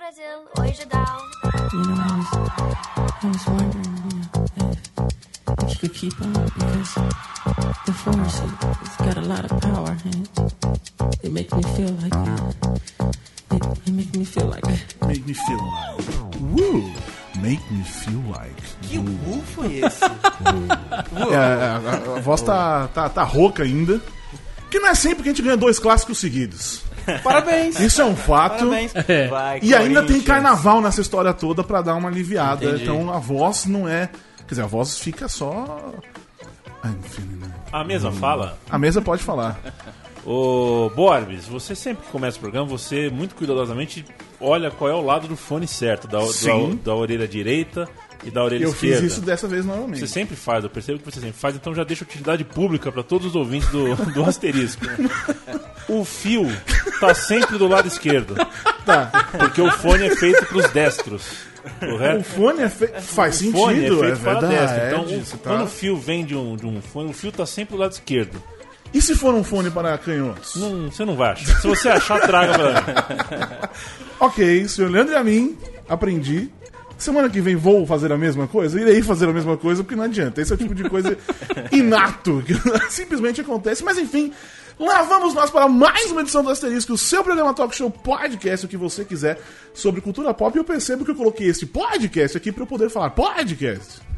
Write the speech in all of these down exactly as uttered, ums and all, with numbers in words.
Brasil, oi Judal. You know, I was, I was wondering, you know, if, if you could keep on, because the force, it, it's got a lot of power, and it, it makes me feel like, uh, it, it makes me feel like... Make me feel like... Woo! Make me feel like... Que woo foi esse? É, a, a, a voz tá, tá, tá rouca ainda. Que não é sempre que a gente ganha dois clássicos seguidos. Parabéns. Isso é um fato. Parabéns. É. Vai, E ainda tem Corinthians. carnaval nessa história toda pra dar uma aliviada. Entendi. Então a voz não é... Quer dizer, a voz fica só... Ah, enfim, né? A mesma fala. A mesa pode falar. Ô, Borbes, você sempre que começa o programa, você muito cuidadosamente olha qual é o lado do fone certo, da, Sim. da, da orelha direita e da orelha Eu esquerda. fiz isso dessa vez novamente. Você sempre faz, eu percebo que você sempre faz, então já deixa utilidade pública pra todos os ouvintes do, do asterisco. O fio tá sempre do lado esquerdo, Tá. porque o fone é feito pros destros. O Correto? fone é fe... faz O fone sentido, é é, feito para verdade. destro. Então, é o- disso, tá? quando o fio vem de um, de um fone, o fio tá sempre do lado esquerdo. E se for um fone para canhotos? Não, você não vai achar. Se você achar, traga pra mim. Ok, senhor Leandro e a mim, aprendi. Semana que vem vou fazer a mesma coisa? Irei fazer a mesma coisa, porque não adianta. Esse é o tipo de coisa inato, que simplesmente acontece. Mas enfim, lá vamos nós para mais uma edição do Asterisco, o seu programa Talk Show Podcast, o que você quiser, sobre cultura pop. E eu percebo que eu coloquei esse podcast aqui para eu poder falar podcast.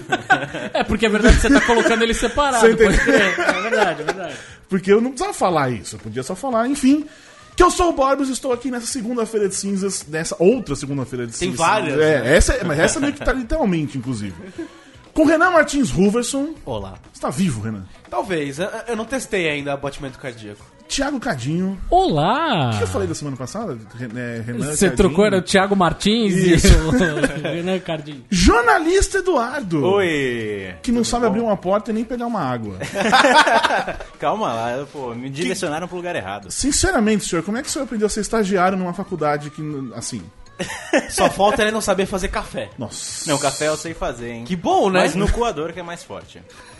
É, porque é verdade que você tá colocando ele separado. Você entendeu? Pode crer. É verdade, é verdade. Porque eu não precisava falar isso, eu podia só falar, enfim... Que eu sou o Borbos e estou aqui nessa segunda-feira de cinzas, nessa outra segunda-feira de Tem cinzas. várias, É, né? essa, é- mas essa meio que tá literalmente, inclusive. Com Renan Martins Ruverson. Olá. Você tá vivo, Renan? Talvez. Eu, eu não testei ainda abatimento cardíaco. Thiago Cadinho. Olá! O que eu falei da semana passada? Ren- é, Renan Você Cadinho. trocou, era o Thiago Martins Isso. e o Renan Cardinho. Jornalista Eduardo. Oi! Que não sabe abrir uma porta e nem pegar uma água. Calma lá, pô, me direcionaram pro lugar errado. Sinceramente, senhor, como é que o senhor aprendeu a ser estagiário numa faculdade que, assim... Só falta ele não saber fazer café. Nossa. Não, café eu sei fazer, hein? Que bom, né? Mas no coador que é mais forte.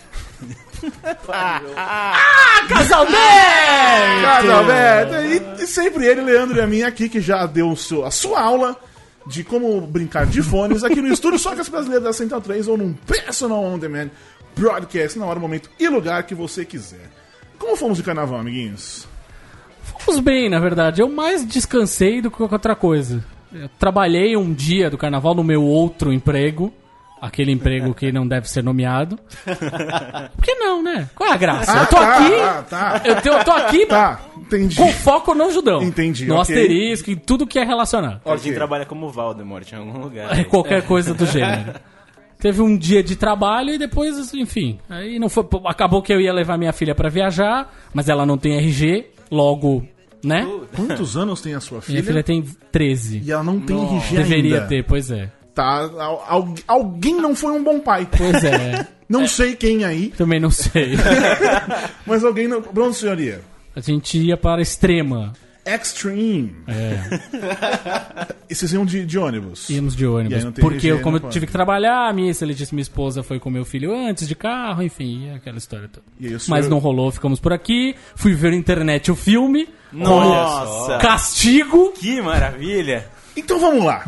Casal Cara, Alberto, e, e sempre ele, Leandro e a mim aqui, que já deu o seu- a sua aula de como brincar de fones aqui no estúdio Socas Brasileiro da Central três ou num Personal On Demand Broadcast na hora, momento e lugar que você quiser. Como fomos de carnaval, amiguinhos? Fomos bem, na verdade. Eu mais descansei do que qualquer outra coisa. Eu trabalhei um dia do carnaval no meu outro emprego. Aquele emprego que não deve ser nomeado. Por que não, né? Qual é a graça? eu tô tá, aqui. tá, tá. Eu, te- eu tô aqui Tá, entendi. com foco no Judão. Entendi, No ok. asterisco, em tudo que é relacionado. A gente Ok. trabalha como Voldemort em algum lugar. É qualquer coisa do gênero. Teve um dia de trabalho e depois, enfim, aí não foi, acabou que eu ia levar minha filha pra viajar, mas ela não tem R G, logo, né? Quantos anos tem a sua filha? Minha filha tem treze. E ela não tem R G Deveria ainda. ter, pois é. Tá, al- al- alguém não foi um bom pai. Pois é. Não sei quem aí, Também não sei. mas alguém não... Pronto, senhoria. A gente ia para a Extrema. Extreme. É, E vocês iam de, de ônibus? íamos de E ônibus. aí não tem Porque R G, eu, como não eu pode. tive que trabalhar, a minha excelentíssima esposa foi com meu filho antes de carro, enfim, é aquela história toda. E aí o senhor- Mas não rolou, ficamos por aqui. Fui ver na internet o filme. Nossa! Castigo. Que maravilha! Então vamos lá.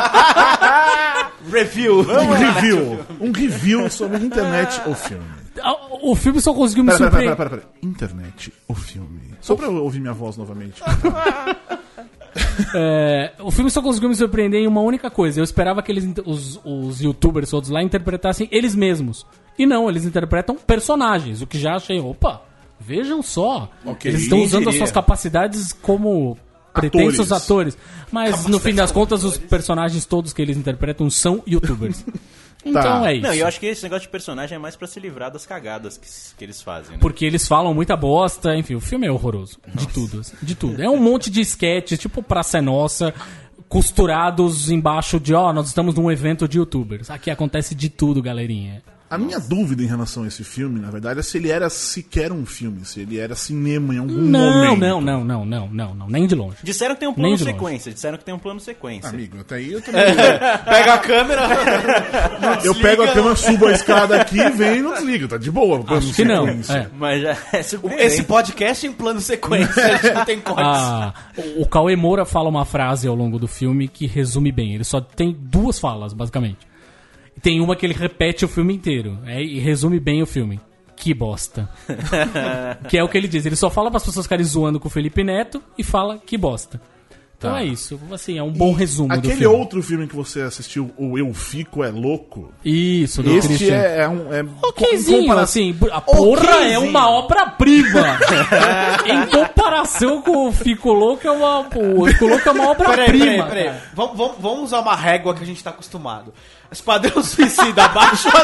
Review. Um review. Um review sobre internet ou filme. O filme só conseguiu me Pera, pera, pera, surpreender. pera, pera. Internet ou filme? Só pra eu ouvir minha voz novamente. É, o filme só conseguiu me surpreender em uma única coisa. Eu esperava que eles, os, os youtubers todos lá interpretassem eles mesmos. E não, eles interpretam personagens. O que já achei, opa, vejam só. Ok, Eles estão usando as diria. suas capacidades como pretensos atores. Mas no fim das contas, os personagens todos que eles interpretam são youtubers. Então Tá. é isso. Não, e eu acho que esse negócio de personagem é mais pra se livrar das cagadas que, que eles fazem, né? Porque eles falam muita bosta, enfim, o filme é horroroso. De tudo, assim, de tudo. É um monte de sketches, tipo Praça é Nossa, costurados embaixo de, ó, nós estamos num evento de youtubers. Aqui acontece de tudo, galerinha. A minha dúvida em relação a esse filme, na verdade, é se ele era sequer um filme, se ele era cinema em algum Não, momento. não, não, não, não, não, não, nem de longe. Disseram que tem um Nem plano de longe. sequência. Disseram que tem um plano sequência. Amigo, até aí eu também. Pega a câmera. eu pego a câmera, subo a escada aqui, venho e não desligo, tá de boa. plano Acho que não. sequência. É. Mas já é surpreendente. Esse podcast em plano sequência, a gente não tem cortes. Ah, o o Cauê Moura fala uma frase ao longo do filme que resume bem. Ele só tem duas falas, basicamente. Tem uma que ele repete o filme inteiro. É, e resume bem o filme. Que bosta. Que é o que ele diz. Ele só fala para as pessoas ficarem zoando com o Felipe Neto e fala que bosta. Então Tá. é isso. Assim, é um bom resumo do Aquele filme. outro filme que você assistiu, o Eu Fico é Louco, Isso, do este Christian. é, é um... É, Okzinho, em compara- assim, a porra é Okzinho. uma obra-prima. Em comparação com o Fico Louco, é uma, o Fico Louco é uma Peraí, peraí, obra-prima. peraí. cara. Vamos, vamos, vamos usar uma régua que a gente tá acostumado. Esquadrão Suicida, abaixo ou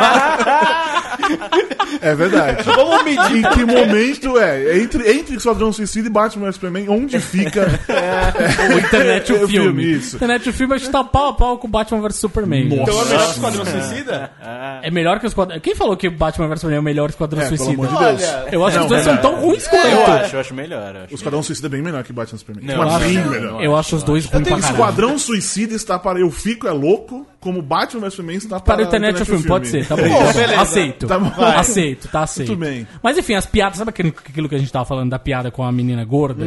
acima? É verdade. Vamos medir. Em que momento é? Entre, entre Esquadrão Suicida e Batman vs Superman, onde fica O Internet e É, o o filme. filme, isso. Internet e o filme a gente tá pau a pau com Batman vs Superman. Nossa. Então é melhor que Esquadrão Suicida? É melhor que o Esquadrão... Quem falou que Batman vs Superman é o melhor Esquadrão É, pelo Suicida? amor de Deus. Olha, Eu acho que os dois Não, são tão ruins quanto. Eu acho, eu acho melhor. eu acho O Esquadrão Suicida é bem melhor que Batman vs Superman. Não, Mas eu acho bem não, melhor. não. Eu acho os dois ruins Tem pra caralho. Esquadrão Suicida está para Eu Fico é Louco, como Batman vs Superman está Para para o Internet o filme, pode ser, tá bom. É tá isso. bom. beleza. Aceito. Tá bom. Vai. Aceito, tá aceito. Muito bem. Mas enfim, as piadas, sabe aquele- aquilo que a gente tava falando da piada com a menina gorda?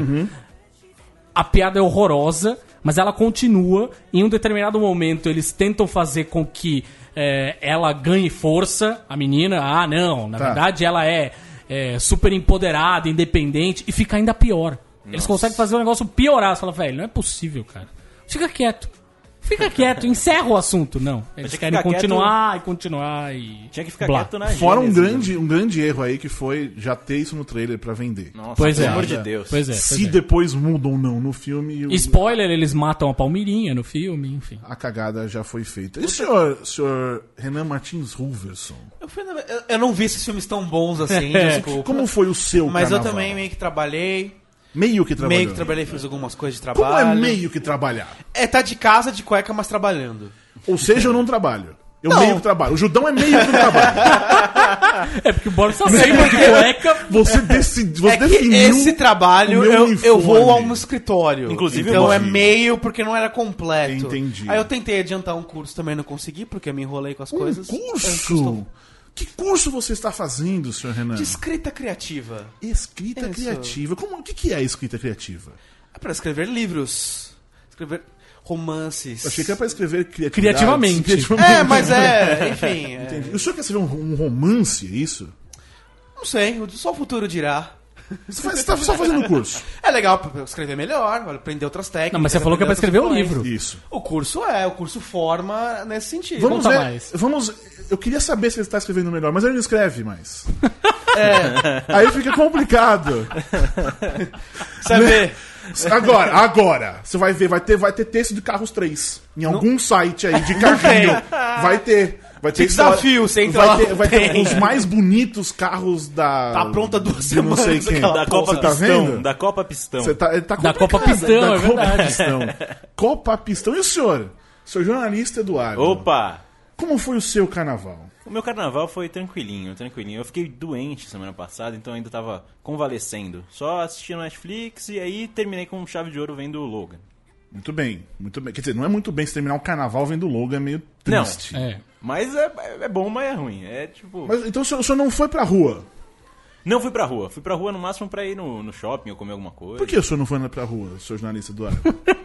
A piada é horrorosa, mas ela continua. Em um determinado momento, eles tentam fazer com que é, ela ganhe força, a menina. Ah, não, na Tá. verdade ela é, é, super empoderada, independente, e fica ainda pior. Eles conseguem fazer o negócio piorar. Você fala, velho, não é possível, cara. Fica quieto. Fica quieto, encerra o assunto. Não, eles tinha que querem ficar continuar e continuar e... Tinha que ficar blá. quieto na Fora um gênese, grande, um grande erro aí que foi já ter isso no trailer pra vender. Nossa, Pois pelo é. amor de Deus. Pois é, pois Se é. depois muda ou não no filme, o- Spoiler, eles matam a Palmeirinha no filme, enfim. a cagada já foi feita. E o senhor, senhor Renan Martins Ruverson? Eu, fui na- eu- eu não vi esses filmes tão bons assim, É. desculpa. Como foi o seu Mas eu carnaval? também meio que trabalhei. Meio que trabalhou. Meio que trabalhei, fiz algumas coisas de Como trabalho. é meio que trabalhar? É, tá de casa, de cueca, mas trabalhando. Ou seja, eu não trabalho. Eu Não. meio que trabalho. O Judão é meio que trabalho. É porque o Boris tá sempre de cueca. Você, decidi, você É que definiu... esse trabalho o meu eu, eu vou uniforme. ao no escritório. Inclusive, então eu é gosto. meio porque não era completo. Entendi. Aí eu tentei adiantar um curso, também não consegui, porque eu me enrolei com as Um coisas. É um curso? Que curso você está fazendo, senhor Renan? De escrita criativa. Escrita Isso. criativa. Como, o que, que é escrita criativa? É pra escrever livros. Escrever romances. Eu achei que era pra escrever criatividade. Criativamente. Criativamente. É, mas é, enfim. é, Entendi. O senhor quer escrever um, um romance, é isso? não sei, só o futuro dirá. Você está só fazendo o curso. É legal pra escrever melhor, aprender outras técnicas. Não, mas você falou que é pra aprender escrever um outras livro. funções. Isso. O curso é, o curso forma nesse sentido. Vamos Conta ver. mais. Vamos. Eu queria saber se ele está escrevendo melhor, mas ele não escreve mais. É. Aí fica complicado. Saber. Agora, agora, você vai ver, vai ter, vai ter texto de Carros três. Em algum site aí de carrinho. Vai ter. Vai ter Que desafio, você entra vai lá, ter, vai ter tem. os mais bonitos carros da. Tá pronta duas de não sei semanas quem. aquela Da Copa Você tá Pistão. vendo? Da Copa Pistão. Você tá, ele tá Da complicado. Copa Pistão, da é Copa verdade. Pistão. Copa Pistão. E o senhor? Seu jornalista Eduardo. Opa! Como foi o seu carnaval? O meu carnaval foi tranquilinho, tranquilinho. Eu fiquei doente semana passada, então ainda tava convalescendo. Só assistindo Netflix e aí terminei com chave de ouro vendo o Logan. Muito bem, muito bem. Quer dizer, não é muito bem se terminar um carnaval vendo o Logan, é meio Não. triste. É. Mas é, é bom, mas é ruim. É tipo. Mas então o senhor, o senhor não foi pra rua? Não fui pra rua. Fui pra rua no máximo pra ir no, no shopping ou comer alguma coisa. Por que o senhor não foi pra rua, seu jornalista Eduardo?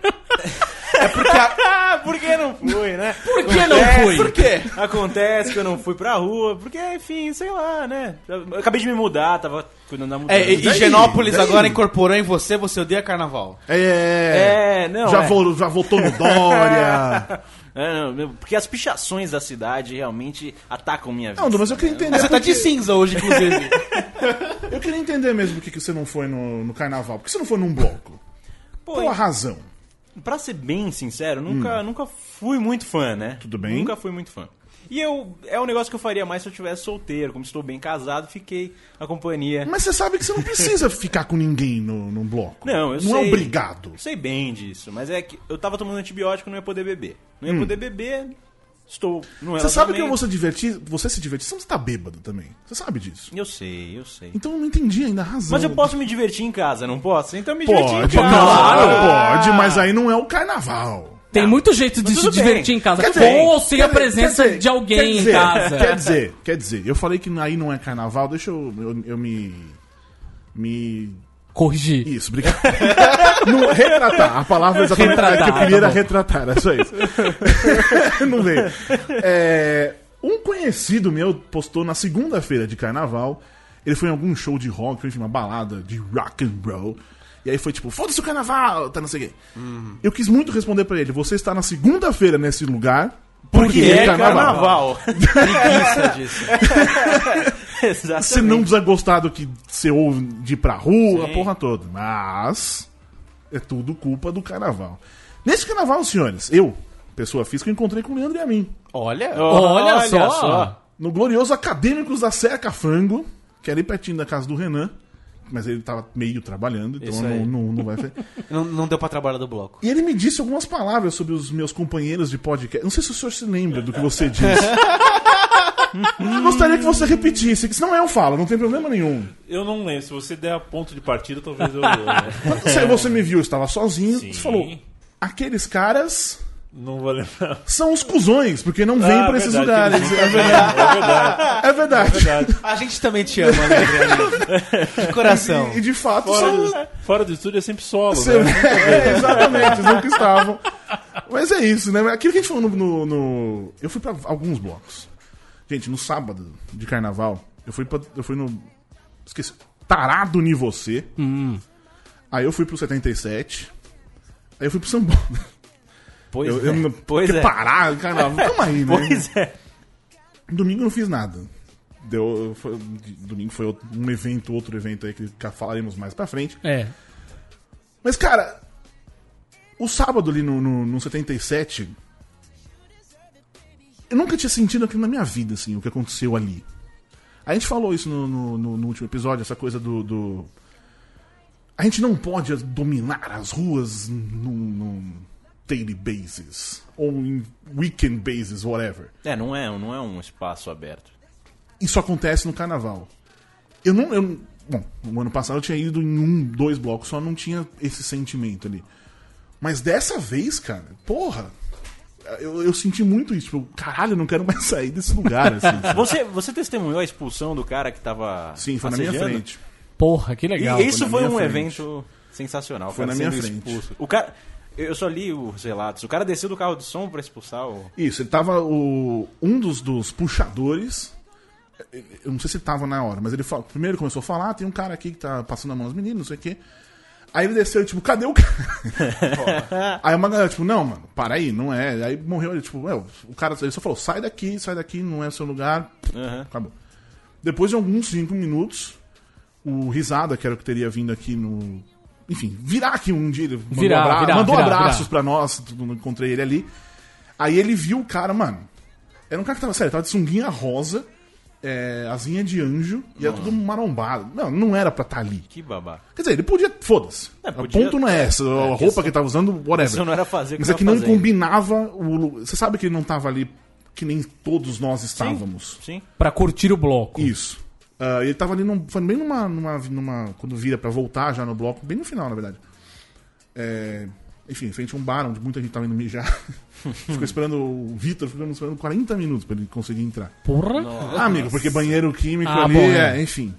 É porque a... Ah, por que não fui, né? Por que não fui? Por quê? Acontece que eu não fui pra rua, porque, enfim, sei lá, né? Eu acabei de me mudar, tava cuidando da mudança. É, e Daí, Higienópolis daí. agora incorporou em você, você odeia carnaval. É. É, não, Já, é. vo- já votou no Dória. É, não, meu, porque as pichações da cidade realmente atacam minha vida. Não, mas eu queria entender. Mas você tá de porque- cinza hoje, inclusive. Eu queria entender mesmo por que que você não foi no, no carnaval. Por que você não foi num bloco? Pô, Qual a razão? pra ser bem sincero, nunca, nunca fui muito fã, né? Tudo bem. Nunca fui muito fã. E eu, é um negócio que eu faria mais se eu tivesse solteiro. Como estou bem casado, fiquei na companhia. Mas você sabe que você não precisa ficar com ninguém no, num bloco. Não, eu Não sei. é obrigado. Sei bem disso, mas é que eu tava tomando antibiótico e não ia poder beber. Não ia poder beber, Estou no Você sabe que eu relacionamento. vou se divertir, você se divertir, você tá bêbado também. Você sabe disso. Eu sei, eu sei. Então eu não entendi ainda a razão. Mas eu posso me divertir em casa, não posso? Então me divertir em Pode, casa. claro, pode, mas aí não é o carnaval. Tem muito jeito de mas se tudo bem. divertir em casa. Quer Com dizer, ou sem quer a dizer, presença quer dizer, de alguém quer dizer, em casa. Quer dizer, quer dizer, eu falei que aí não é carnaval, deixa eu, eu, eu me... Me... Corrigir. Isso, obrigado. Não, retratar, a palavra exatamente Retratar, que eu queria tá era bom. retratar, é só isso. Não veio. É, um conhecido meu postou na segunda-feira de carnaval, ele foi em algum show de rock, enfim, uma balada de rock and roll, e aí foi tipo, foda-se o carnaval, tá não sei o quê. Uhum. Eu quis muito responder pra ele, você está na segunda-feira nesse lugar, Porque porque é carnaval. Preguiça disso. Exatamente. Você não precisa gostar do que você ouve de ir pra rua, Sim. a porra toda. Mas é tudo culpa do carnaval. Nesse carnaval, senhores, eu, pessoa física, encontrei com o Leandro e a mim. Olha. Olha, só. No glorioso Acadêmicos da Serra Cafango, que era ali pertinho da casa do Renan. Mas ele tava meio trabalhando, então Isso não, aí. não, não vai fazer. Não, não deu pra trabalhar do bloco. E ele me disse algumas palavras sobre os meus companheiros de podcast. Não sei se o senhor se lembra do que você disse. Eu gostaria que você repetisse, que senão eu falo, não tem problema nenhum. Eu não lembro. Se você der a ponto de partida, talvez eu. Quando você, você me viu, eu estava sozinho, Sim. você falou, aqueles caras Não vou lembrar. são os cuzões, porque não vêm Ah, pra esses verdade, lugares. eles É verdade. É verdade. É verdade. Verdade. A gente também te ama, né, Adriano? De coração. E, e de fato Fora, são... do, fora do estúdio é sempre solo, Você- né? É, exatamente, eles nunca estavam. Mas é isso, né? Aquilo que a gente falou no... no- no- Eu fui pra alguns blocos. Gente, no sábado de carnaval, eu fui, pra... eu fui no... Esqueci. Tarado Ni Você. Aí eu fui pro setenta e sete. Aí eu fui pro São Paulo. Pois Eu, é. eu não... Pois porque é. parar, carnaval. Calma aí, né? Pois é. Domingo eu não fiz nada. Deu, foi- domingo foi outro- um evento, outro evento aí que falaremos mais pra frente. É. Mas, cara, o sábado ali no, no, no setenta e sete, eu nunca tinha sentido aquilo na minha vida, assim, o que aconteceu ali. A gente falou isso no, no, no- no último episódio, essa coisa do, do... A gente não pode dominar as ruas num, num daily basis, ou em weekend basis, whatever. É, não é, não é um espaço aberto. Isso acontece no carnaval. Eu não. Eu, bom, no ano passado eu tinha ido em um, dois blocos, só não tinha esse sentimento ali. Mas dessa vez, cara, porra, eu, eu senti muito isso. Tipo, caralho, eu não quero mais sair desse lugar. Assim, sabe? Você, você testemunhou a expulsão do cara que tava. Sim, foi na minha assediando? frente. Porra, que legal. E isso na foi minha um frente. evento sensacional. o Foi cara na minha sendo frente. expulso. O cara. Eu só li os relatos. O cara desceu do carro de som pra expulsar o. Isso, ele tava. O, um dos, dos puxadores. Eu não sei se ele tava na hora, mas ele falou, primeiro ele começou a falar: tem um cara aqui que tá passando a mão nos meninos, não sei o quê. Aí ele desceu e, tipo, cadê o cara? Aí uma galera, tipo, não, mano, para aí, não é. Aí morreu, ele, tipo, "Meu, o cara ele só falou, sai daqui, sai daqui, não é o seu lugar. Aham. Acabou. Depois de alguns cinco minutos, o Risada, que era o que teria vindo aqui no. Enfim, virar aqui um dia, ele mandou, Virar, abra- virar, mandou virar, abraços virar. pra nós, tudo, encontrei ele ali. Aí ele viu o cara, mano. Era um cara que tava, sério, tava de sunguinha rosa, é, asinha de anjo, e era tudo marombado. Não, não era pra estar ali. Que babá. Quer dizer, ele podia, foda-se. É, O podia- ponto não é essa, a roupa questão- que ele tava usando, whatever. Isso não era fazer o que Mas é tava que não fazendo. combinava o. lu- Você sabe que ele não tava ali que nem todos nós estávamos. Sim. Pra curtir o bloco. Isso. Ah, ele tava ali, num, foi bem numa, numa, numa. Quando vira pra voltar já no bloco, bem no final, na verdade. É, enfim, em frente a um bar onde muita gente tava indo mijar. Ficou esperando o Vitor, ficou esperando quarenta minutos pra ele conseguir entrar. Porra. Ah, amigo, porque banheiro químico Ah, ali, bom, é, é. enfim.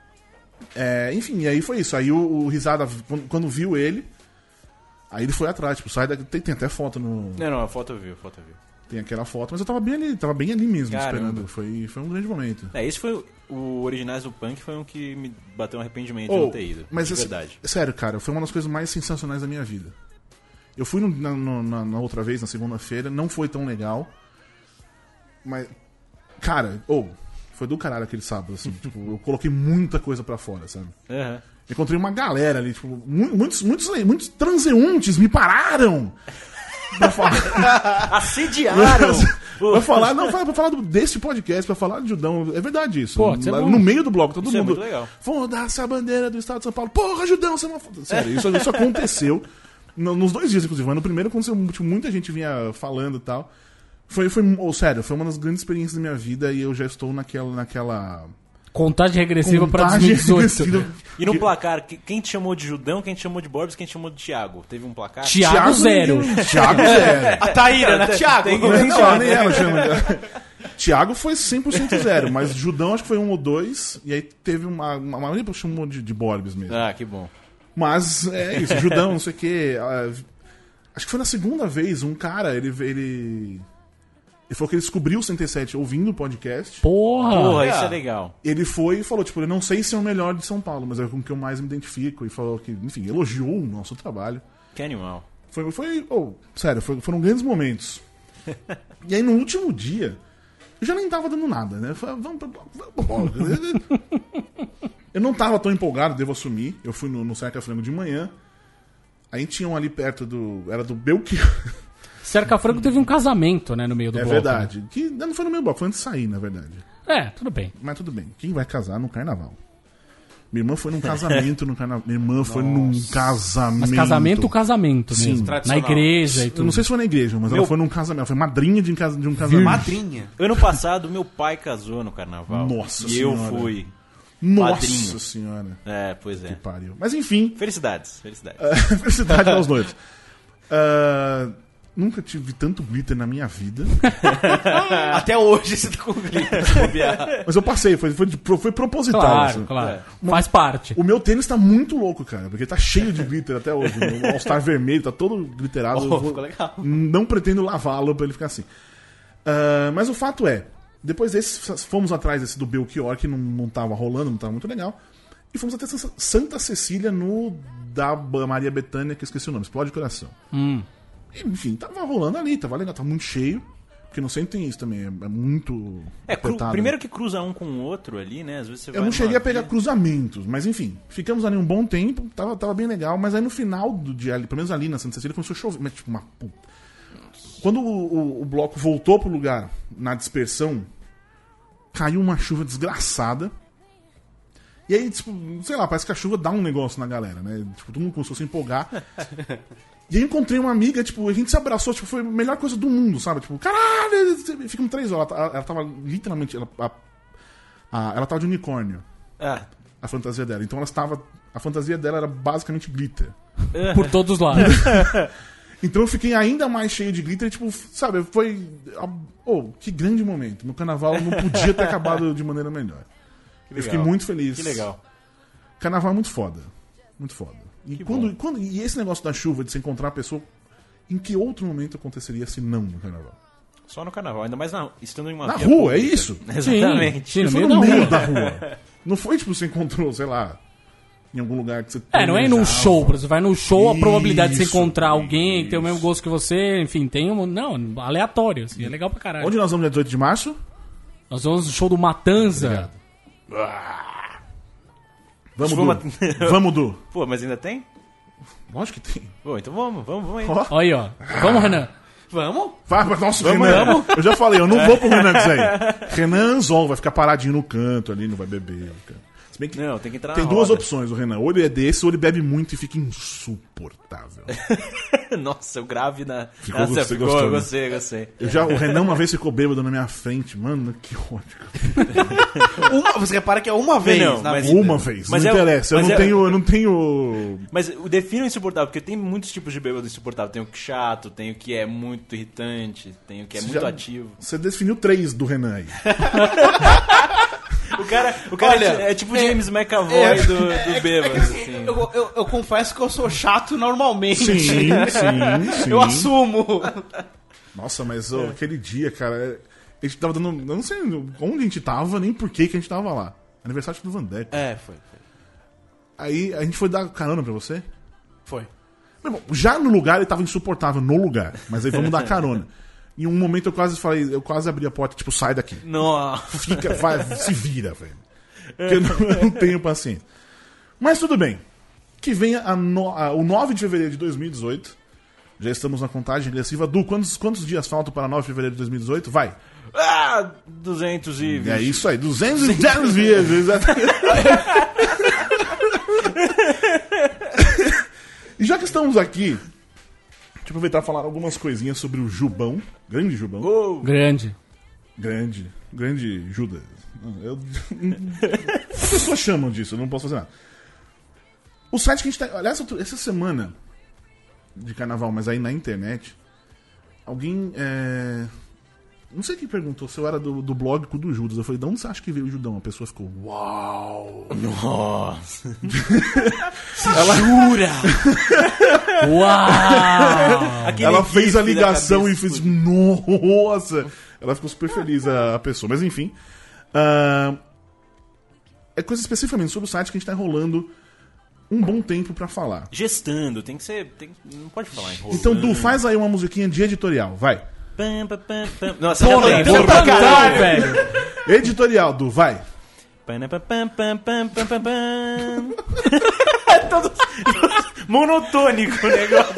É, enfim, e aí foi isso. Aí o, o Risada, quando, quando viu ele, aí ele foi atrás, tipo, sai daqui. Tem, tem até foto no. Não, não, a foto eu vi, a foto eu vi. Tem aquela foto, mas eu tava bem ali, tava bem ali mesmo, Caramba. esperando. Foi, foi um grande momento. É, esse foi o, o Originais do Punk, foi um que me bateu um arrependimento de Oh, não ter ido. mas de assim, verdade. sério, cara, foi uma das coisas mais sensacionais da minha vida. Eu fui no- na, no- na- na outra vez, na segunda-feira, não foi tão legal. Mas, cara, ou foi do caralho aquele sábado, assim. Tipo, eu coloquei muita coisa pra fora, sabe? Aham. Encontrei uma galera ali, tipo, mu- muitos, muitos, muitos transeuntes me pararam pra falar. Assediaram! Pra falar, não, pra falar do- desse podcast, pra falar de Judão. É verdade isso. Pô, isso é no, bom. no meio do bloco, todo Isso é mundo. muito legal. Foda-se a bandeira do estado de São Paulo. Porra, Judão, você é uma foda. Sério, isso, isso aconteceu no- nos dois dias, inclusive. Mas no primeiro aconteceu, tipo, muita gente vinha falando e tal. Foi, foi, oh, sério, foi uma das grandes experiências da minha vida e eu já estou naquela... naquela... Contagem regressiva pra contagem dois mil e dezoito. regressiva. E no placar, que- quem te chamou de Judão, quem te chamou de Borbs, quem te chamou de Thiago? Teve um placar? Thiago zero. Thiago zero. A Taíra, né? Thiago. Não, nem ela chama. Thiago foi cem por cento zero, mas Judão acho que foi um ou dois, e aí teve uma... Uma maioria chamou de, de Borbs mesmo. Ah, que bom. Mas é isso, Judão, não sei o quê. ah, Acho que foi na segunda vez, um cara, ele... Ele, ele falou que ele descobriu o cento e sete ouvindo o podcast. Porra. Porra, é. isso é legal. Ele foi e falou, tipo, eu não sei se é o melhor de São Paulo, mas é com o que eu mais me identifico. E falou que, enfim, elogiou o nosso trabalho. Que animal. Foi, foi oh, sério, foi- foram grandes momentos. E aí no último dia, eu já nem tava dando nada, né? Eu falei, vamos pra... vamos pra- Eu não tava tão empolgado, devo assumir. Eu fui no, no Cerca Frango de manhã. Aí tinha um ali perto do... Era do Belchior. Cerca Franco teve um casamento, né, no meio do É bloco. verdade. Que não foi no meu bloco, foi antes de sair, na verdade. É, tudo bem. Mas tudo bem. Quem vai casar no carnaval? Minha irmã foi num casamento no carnaval. Minha irmã foi num casamento. Mas casamento, casamento Sim, mesmo. Na tradicional. igreja e Eu tudo. não sei se foi na igreja, mas ela foi num casamento. Ela foi madrinha de, um casa- de um casamento. Madrinha. Ano passado, meu pai casou no carnaval. Nossa E eu Senhora. fui. Nossa Padrinho. senhora. É, pois é. Que pariu. Mas enfim, Felicidades, felicidades. felicidade aos noivos. Ah, nunca tive tanto glitter na minha vida. Até hoje você tá com glitter, se bobear. Mas eu passei, foi, foi, de- foi proposital. Claro, assim. claro. Faz parte. O meu tênis tá muito louco, cara, porque tá cheio de glitter até hoje. O All-Star vermelho tá todo glitterado. Oh, Eu vou- ficou legal. Não pretendo lavá-lo pra ele ficar assim. Ah, mas o fato é, depois desse, fomos atrás desse do Belchior, que não, não tava rolando, não tava muito legal. E fomos até Sa- Santa Cecília no da Maria Bethânia, que eu esqueci o nome, Explode Coração. Hum. E, enfim, tava rolando ali, tava legal, tava muito cheio. Porque no centro tem isso também, é, é muito. É, cru- apertado. primeiro que cruza um com o outro ali, né? Às vezes você vai Eu não numa cheguei a pegar via- cruzamentos, mas enfim, ficamos ali um bom tempo, tava, tava bem legal, mas aí no final do dia, ali, pelo menos ali na Santa Cecília, começou a chover, mas tipo uma puta. Quando o, o- o bloco voltou pro lugar, na dispersão, caiu uma chuva desgraçada. E aí, tipo, sei lá, parece que a chuva dá um negócio na galera, né? Tipo, todo mundo começou a se empolgar. E aí eu encontrei uma amiga, tipo, a gente se abraçou, tipo, foi a melhor coisa do mundo, sabe? Tipo, caralho, ficamos três horas. Ela, ela tava literalmente. Ela, a- a- ela tava de unicórnio, Ah, a fantasia dela. Então ela estava. A fantasia dela era basicamente glitter. Por todos os lados. Então eu fiquei ainda mais cheio de glitter, tipo, sabe, foi. Oh, que grande momento. Meu carnaval não podia ter acabado de maneira melhor. Eu fiquei muito feliz. que legal. Carnaval é muito foda. Muito foda. E, quando, quando, e esse negócio da chuva, de se encontrar a pessoa, em que outro momento aconteceria se não no carnaval? Só no carnaval, ainda mais na, estando em uma Na via rua, é pública. isso? Exatamente. Sim, no Foi meio no da meio rua. da rua. Não foi tipo, você encontrou, sei lá, em algum lugar que você. É, não é ir num planejava. show, por exemplo, você vai num show, a probabilidade de você Isso, encontrar alguém que tem o isso. mesmo gosto que você, enfim, tem um. Não, aleatório, assim, é legal pra caralho. Onde nós vamos dia dezoito de março? Nós vamos no show do Matanza. Obrigado. Vamos, Vamos- Du. Vamos, Du. Pô, mas ainda tem? Lógico que tem. Pô, então vamos, vamos, vamos aí. Ó. Olha aí, ó. Vamos, Renan. Vamos? Vai, mas nossa, Renan. Eu já falei, eu não vou pro Renan disso aí. Renan Anzol vai ficar paradinho no canto ali, não vai beber. Cara. Se bem que Não, tem que entrar tem na duas roda. opções, o Renan. Ou ele é desse, ou ele bebe muito e fica insuportável. Nossa, o grave na... Ficou, Nossa, você ficou, gostou, né? gostei, gostei. Eu já, o Renan uma vez ficou bêbado na minha frente. Mano, que ódio. Uma, você repara que é uma vez não, na mas- vida. Uma vez, Mas não é- interessa. Eu mas não, é- tenho, eu não tenho. Mas o define o insuportável, porque tem muitos tipos de bêbado insuportável. Tem o que é chato, tem o que é muito irritante, tem o que é Você muito já- ativo. Você definiu três do Renan aí. O cara, o cara Olha, é, é tipo James McAvoy é- do, do bêbado, assim. Eu, eu- eu confesso que eu sou chato normalmente. Sim, sim, sim. Eu assumo. Nossa, mas ó, aquele dia, cara, é- a gente tava dando. Eu não sei onde a gente tava, nem por que que a gente tava lá. Aniversário do Vandeck. É, foi. Foi. Aí a gente foi dar carona pra você. foi. Meu irmão, já no lugar ele tava insuportável, no lugar. Mas aí vamos dar carona. Em um momento eu quase falei, eu quase abri a porta, tipo, sai daqui. Nossa. Fica, vai, se vira, velho. Porque eu não, eu não tenho paciência. Mas tudo bem. Que venha a no- a- o nove de fevereiro de dois mil e dezoito. Já estamos na contagem regressiva. Du, quantos, quantos dias faltam para nove de fevereiro de dois mil e dezoito? Vai. Ah, duzentos e vinte. É isso aí, duzentos e dez dias. exatamente. E já que estamos aqui, deixa eu aproveitar e falar algumas coisinhas sobre o Jubão. Grande Jubão. Grande. Grande. Grande Judas. Eu... As pessoas chamam disso, eu não posso fazer nada. O site que a gente tá... Aliás, essa semana de carnaval, mas aí na internet, alguém... É... Não sei quem perguntou se eu era do, do blog com o do Judas. Eu falei, de onde você acha que veio o Judão? A pessoa ficou, uau! Nossa! Ela jura! Uau! Aquele Ela fez gif a da ligação cabeça e fez, nossa! Ela ficou super feliz, a, a pessoa. Mas enfim. Uh, é coisa especificamente sobre o site que a gente tá enrolando um bom tempo pra falar. Gestando, tem que ser... Tem, não pode falar enrolando. Então, Du, faz aí uma musiquinha de editorial, vai. Pam, pam, pam, pam. Nossa, Porra, já então lembro. pra caralho, velho. Editorial, Du, vai. Pam, pam, pam, pam, pam, pam, pam, pam. Todo monotônico o negócio.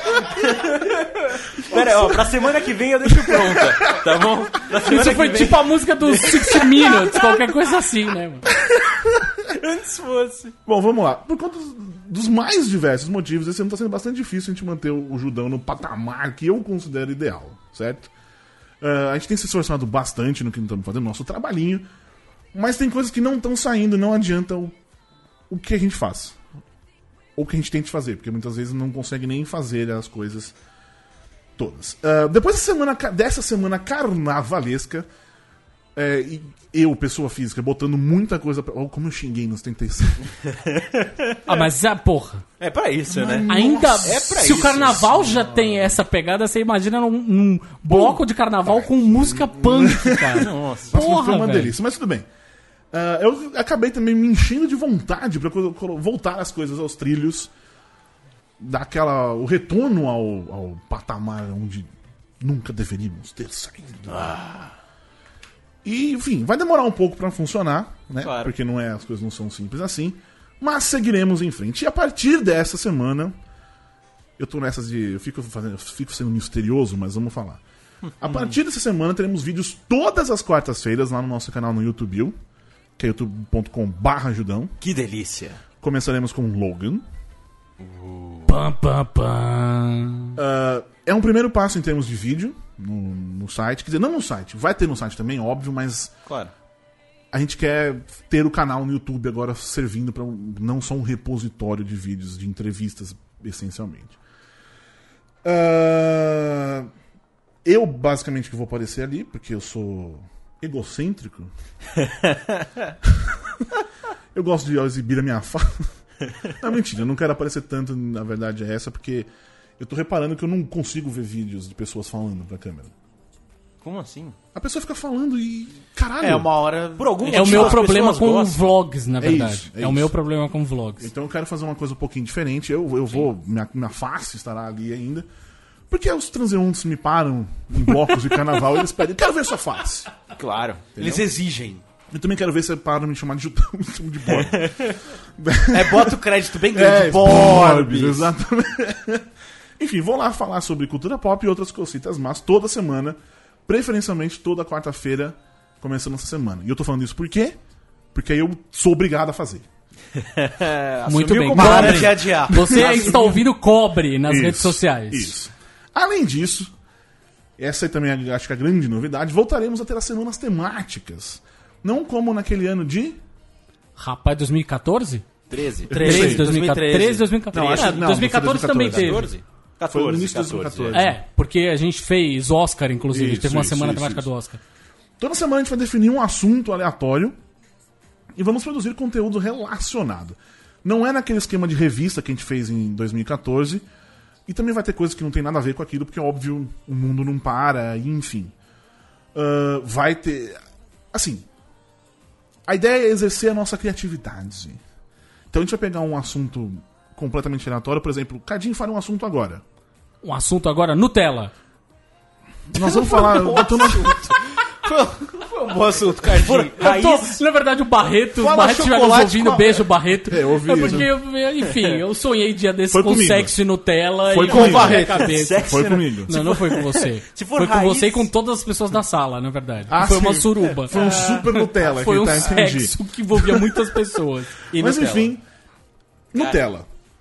Pera aí, ó, pra semana que vem eu deixo pronta, tá bom? Pra semana Isso que foi vem- tipo a música dos sixty Minutes, qualquer coisa assim, né, mano? Antes fosse. Bom, vamos lá. Por conta dos, dos mais diversos motivos, esse ano tá sendo bastante difícil a gente manter o, o Judão no patamar que eu considero ideal, certo? Uh, a gente tem se esforçado bastante no que estamos fazendo, nosso trabalhinho, mas tem coisas que não estão saindo, não adianta o, o que a gente faz. Ou o que a gente tente fazer, porque muitas vezes não consegue nem fazer as coisas todas. Uh, depois dessa semana, dessa semana carnavalesca, é, e eu, pessoa física, botando muita coisa pra... Oh, como eu xinguei nos trinta e cinco. Ah, mas a porra. É pra isso, né? Ainda, é pra se isso. o carnaval já tem essa pegada, você imagina num, num bloco de carnaval com música punk, cara. Nossa. Nossa, Porra, foi uma velho. delícia, mas tudo bem. Uh, eu acabei também me enchendo de vontade pra colo- colo- voltar as coisas aos trilhos, daquela, o retorno ao, ao patamar onde nunca deveríamos ter saído. Ah. E, enfim, vai demorar um pouco pra funcionar, né? Claro. Porque não é, as coisas não são simples assim. Mas seguiremos em frente. E a partir dessa semana, eu tô nessas de. Eu fico, fazendo, eu fico sendo misterioso, mas vamos falar. A partir dessa semana teremos vídeos todas as quartas-feiras lá no nosso canal no YouTube, que é youtube ponto com barra Judão. Que delícia. Começaremos com Logan. Pam, pam, pam. Uh, é um primeiro passo em termos de vídeo no, no site. Quer dizer, não no site, vai ter no site também, óbvio, mas Claro. a gente quer ter o canal no YouTube agora servindo para não só um repositório de vídeos, de entrevistas, essencialmente. Uh, eu, basicamente, que vou aparecer ali, porque eu sou egocêntrico. Eu gosto de exibir a minha face. Não, mentira, eu não quero aparecer tanto, na verdade é essa, porque eu tô reparando que eu não consigo ver vídeos de pessoas falando pra câmera. Como assim? A pessoa fica falando e... Caralho! É uma hora. Por algum É o motivo meu as problema pessoas com gostam. vlogs, na É verdade. isso, É, é o isso. meu problema com vlogs. Então eu quero fazer uma coisa um pouquinho diferente. Eu, eu vou... Minha, minha face estará ali ainda. Porque os transeuntes me param em blocos de carnaval e eles pedem, quero ver sua face. Claro. Eles exigem. Eu também quero ver se param me chamar de Judão, me chamam de Bob. É, bota o crédito bem grande. É, Borbs. exatamente. Enfim, vou lá falar sobre cultura pop e outras cositas, mas toda semana, preferencialmente toda quarta-feira, começando essa semana. E eu tô falando isso por quê? Porque aí eu sou obrigado a fazer. Muito bem. Para Cobre. de adiar. Você está ouvindo Cobre nas Isso, redes sociais. Isso. Além disso, essa aí também é, acho que é a grande novidade, voltaremos a ter as semanas temáticas. Não como naquele ano de... Rapaz, dois mil e quatorze? treze. treze, dois mil e quatorze. treze, dois mil e quatorze. Não, acho- É, não, dois mil e quatorze foi também dois mil e teve. quatorze? Foi no quatorze, início de dois mil e quatorze. É, porque a gente fez Oscar, inclusive. Isso, teve uma isso, semana isso, temática isso. do Oscar. Toda semana a gente vai definir um assunto aleatório e vamos produzir conteúdo relacionado. Não é naquele esquema de revista que a gente fez em dois mil e quatorze. E também vai ter coisas que não tem nada a ver com aquilo, porque, óbvio, o mundo não para, e enfim. Uh, vai ter... Assim, a ideia é exercer a nossa criatividade. Então a gente vai pegar um assunto completamente aleatório, por exemplo, Cadinho fala um assunto agora. Um assunto agora, Nutella. Nós vamos falar... eu tô no- Foi um bom assunto, Cardinho. Eu tô- na verdade, o Barreto, o Fala Barreto estiver nos chocolate ouvindo, com a- beijo, Barreto. É, eu ouvi É isso. porque, eu- enfim, eu sonhei dia desses Foi com comigo. sexo e Nutella Foi e comigo. com a minha cabeça. Sexo Foi no- comigo. Não, não foi com você. Se for foi com raiz- você e com todas as pessoas da sala, na verdade. Ah, foi uma sim. suruba. Foi um super Nutella Foi que um tá, entendi. sexo que envolvia muitas pessoas. E Mas Nutella. enfim, Nutella.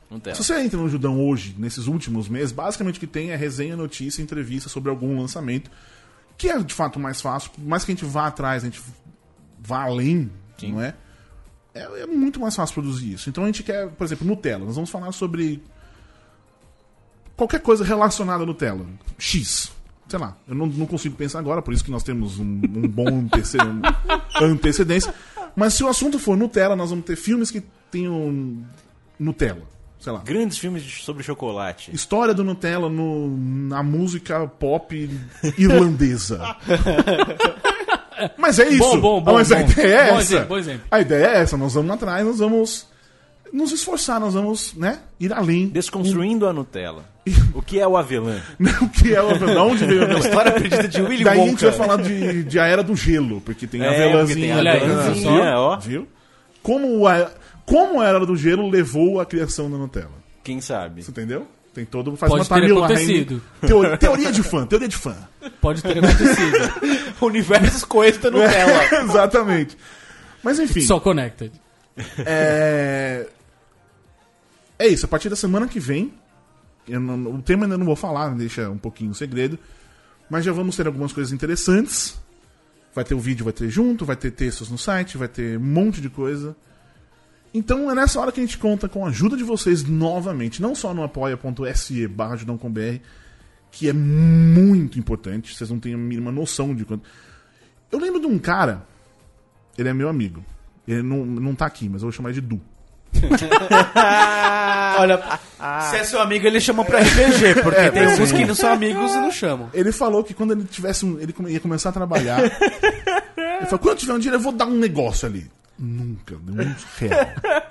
Nutella. Se você entra no Judão hoje, nesses últimos meses, basicamente o que tem é resenha, notícia, entrevista sobre algum lançamento, que é de fato mais fácil, por mais que a gente vá atrás, a gente vá além, Sim. não é? é? É muito mais fácil produzir isso. Então a gente quer, por exemplo, Nutella. Nós vamos falar sobre qualquer coisa relacionada à Nutella. X. Sei lá, eu não, não consigo pensar agora, por isso que nós temos um, um bom antece- um, antecedência. Mas se o assunto for Nutella, nós vamos ter filmes que tenham Nutella. Sei lá. Grandes filmes de- sobre chocolate. História do Nutella no, na música pop irlandesa. Mas é isso. Bom, bom, bom, Mas a bom. ideia é Bom essa. exemplo, bom exemplo. A ideia é essa. Nós vamos atrás, nós vamos nos esforçar, nós vamos, né, ir além. Desconstruindo a Nutella. O que é o avelã? O que é o avelã? Onde veio o avelã? História perdida de Willy Daí a Wonka. gente vai falar de, de a era do gelo, porque tem a É, avelãzinha. porque tem a Olha aí, avelãzinha, ó. Viu? Como a, como a era do gelo levou à criação da Nutella. Quem sabe? Você entendeu? Tem todo... Faz Pode uma ter timeline. acontecido. Teo- teoria de fã, teoria de fã. Pode ter acontecido. Universos coetas Nutella. Exatamente. Mas enfim, Só connected. é... é isso. A partir da semana que vem, eu não- o tema ainda não vou falar, deixa um pouquinho o segredo, mas já vamos ter algumas coisas interessantes. Vai ter o vídeo, vai ter junto, vai ter textos no site, vai ter um monte de coisa. Então é nessa hora que a gente conta com a ajuda de vocês novamente, não só no apoia.se barra judãocombr, que é muito importante, vocês não têm a mínima noção de quanto. Eu lembro de um cara, ele é meu amigo, ele não, não tá aqui, mas eu vou chamar ele de Du. Olha, se é seu amigo, ele chama pra R P G, porque É, tem mas alguns sim. que não são amigos e não chamam. Ele falou que quando ele tivesse um, ele come- ia começar a trabalhar, ele falou, quando eu tiver um dinheiro eu vou dar um negócio ali. Nunca, deu um real.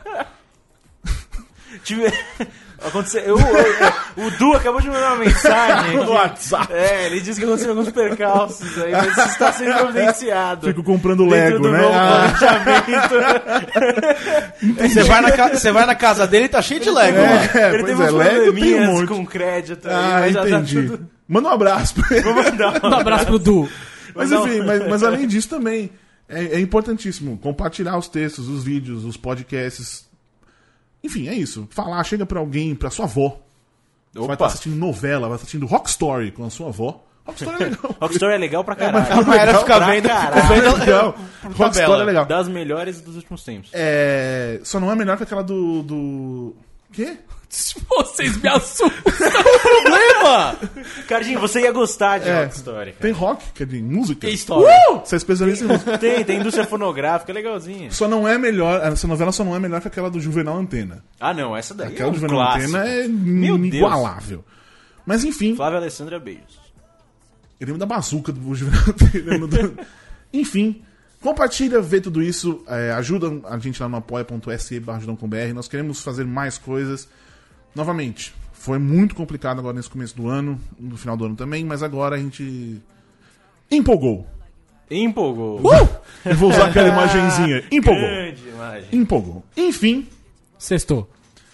Tive... Aconteceu... eu- eu- o Du acabou de mandar uma mensagem No aqui. WhatsApp. É, ele disse que aconteceu alguns percalços aí, mas isso está sendo providenciado. Fico comprando Dentro Lego, do né? novo Ah, planejamento. Você vai, na ca- você vai na casa dele e tá cheio de Lego. mano. é, Ele pois teve é, uns Lego tem um probleminhas monte. com crédito aí, Ah, mas já tá entendi. tudo... Manda um abraço pra ele. Vou mandar Um abraço pro Du. Mas Não. enfim, mas, mas além disso também é, é importantíssimo compartilhar os textos, os vídeos, os podcasts. Enfim, é isso. Falar, chega pra alguém, pra sua avó. Você vai Opa. estar assistindo novela, vai estar assistindo Rock Story com a sua avó. Rock Story é legal. Rockstar é legal pra mas- caralho. A era fica Pra vendo, caralho. fica vendo legal. por Rock Story tabela. é legal. Das melhores dos últimos tempos. É, só não é melhor que aquela do. do... Quê? Vocês me assustam. Problema! Cardinho, você ia gostar de É. Rockstar, cara. Tem rock, que é de música. Que história. Você é especialista em música. Tem, tem indústria fonográfica, é legalzinha. Só não é melhor. Essa novela só não é melhor que aquela do Juvenal Antena. Ah, não, essa daí Aquela é do um Juvenal clássico. Antena é Meu Deus. inigualável. Mas enfim, Flávia Alessandra, beijos. eu lembro da bazuca do Juvenal Antena. lembro do- Enfim, compartilha, vê tudo isso. é, ajuda a gente lá no apoia.se barra judãocombr. Nós queremos fazer mais coisas. Novamente, foi muito complicado agora nesse começo do ano, no final do ano também, mas agora a gente empolgou. Empolgou. Eu vou usar aquela imagenzinha. Empolgou. Grande imagem. Empolgou. Enfim, Sextou.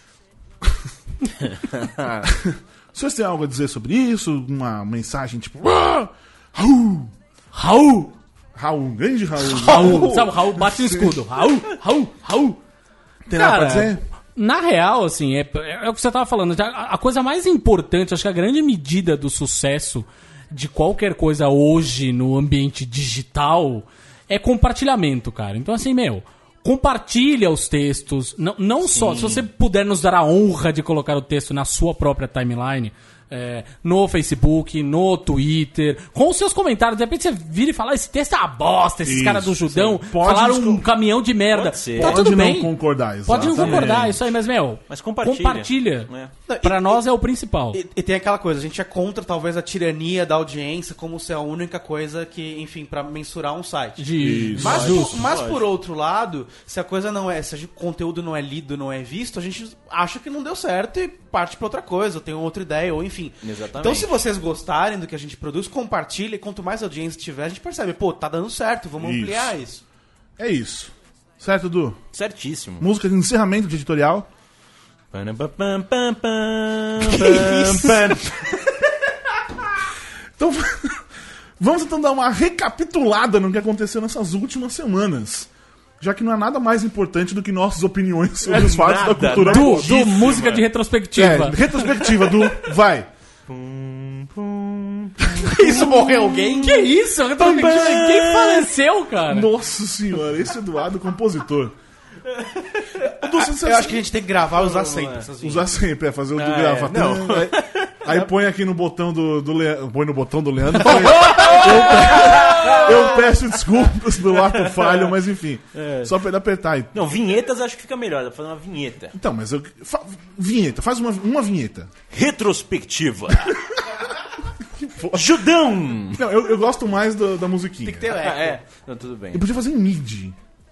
se vocês têm algo a dizer sobre isso, uma mensagem tipo. "Ah, Raul! Raul! Raul, um grande Raul. Raul! Sabe, o Raul bate no escudo. Raul! Raul! Raul! Tem nada pra Cara, dizer? na real, assim, é, é o que você tava falando. A, a coisa mais importante, acho que a grande medida do sucesso de qualquer coisa hoje no ambiente digital é compartilhamento, cara. Então, assim, meu, compartilha os textos. Não, não só, se você puder nos dar a honra de colocar o texto na sua própria timeline, é, no Facebook, no Twitter, com os seus comentários. De repente você vira e fala, esse texto é uma bosta, esses Isso, caras do Judão sim. Pode falaram disco- um caminhão de merda. Pode ser. Tá Pode tudo não bem. concordar, Pode não exatamente. concordar, isso aí, mas, meu, Mas compartilha. compartilha. É. Pra nós é o principal. E, e tem aquela coisa, a gente é contra talvez a tirania da audiência como se é a única coisa que, enfim, pra mensurar um site. De... Mas, Justo. por, mas por outro lado, se a coisa não é, se o conteúdo não é lido, não é visto, a gente acha que não deu certo e parte pra outra coisa, ou tem outra ideia, ou enfim. Exatamente. Então se vocês gostarem do que a gente produz, compartilha, e quanto mais audiência tiver, a gente percebe, pô, tá dando certo, vamos Isso. ampliar isso. É isso. Certo, Edu? Certíssimo. Música de encerramento de editorial. Pam, pam, pam, pam, pam, pam. Então, vamos então dar uma recapitulada no que aconteceu nessas últimas semanas. já que não há nada mais importante do que nossas opiniões sobre os fatos nada, da cultura Do, pop. do música de retrospectiva. É, retrospectiva do... Vai. Isso morreu alguém? Que isso? Retrospectiva? Quem faleceu, cara? Nossa senhora, esse Eduardo, compositor. O do- você- Eu acho que a gente tem que gravar e usar sempre essas vinhetas. Usar sempre, é fazer o do Ah, grava. é, não. Aí, aí põe aqui no botão do, do Leandro. Põe no botão do Leandro. põe- eu, eu peço desculpas do ato falho, mas enfim. Só pra ele apertar aí. Não, vinhetas acho que fica melhor, dá pra fazer uma vinheta. Então, mas eu. fa- vinheta, faz uma, uma vinheta. Retrospectiva. Judão! Não, eu, eu gosto mais do- da musiquinha. Tem que ter Ah, eco. é. Não, tudo bem. Eu podia fazer em mid.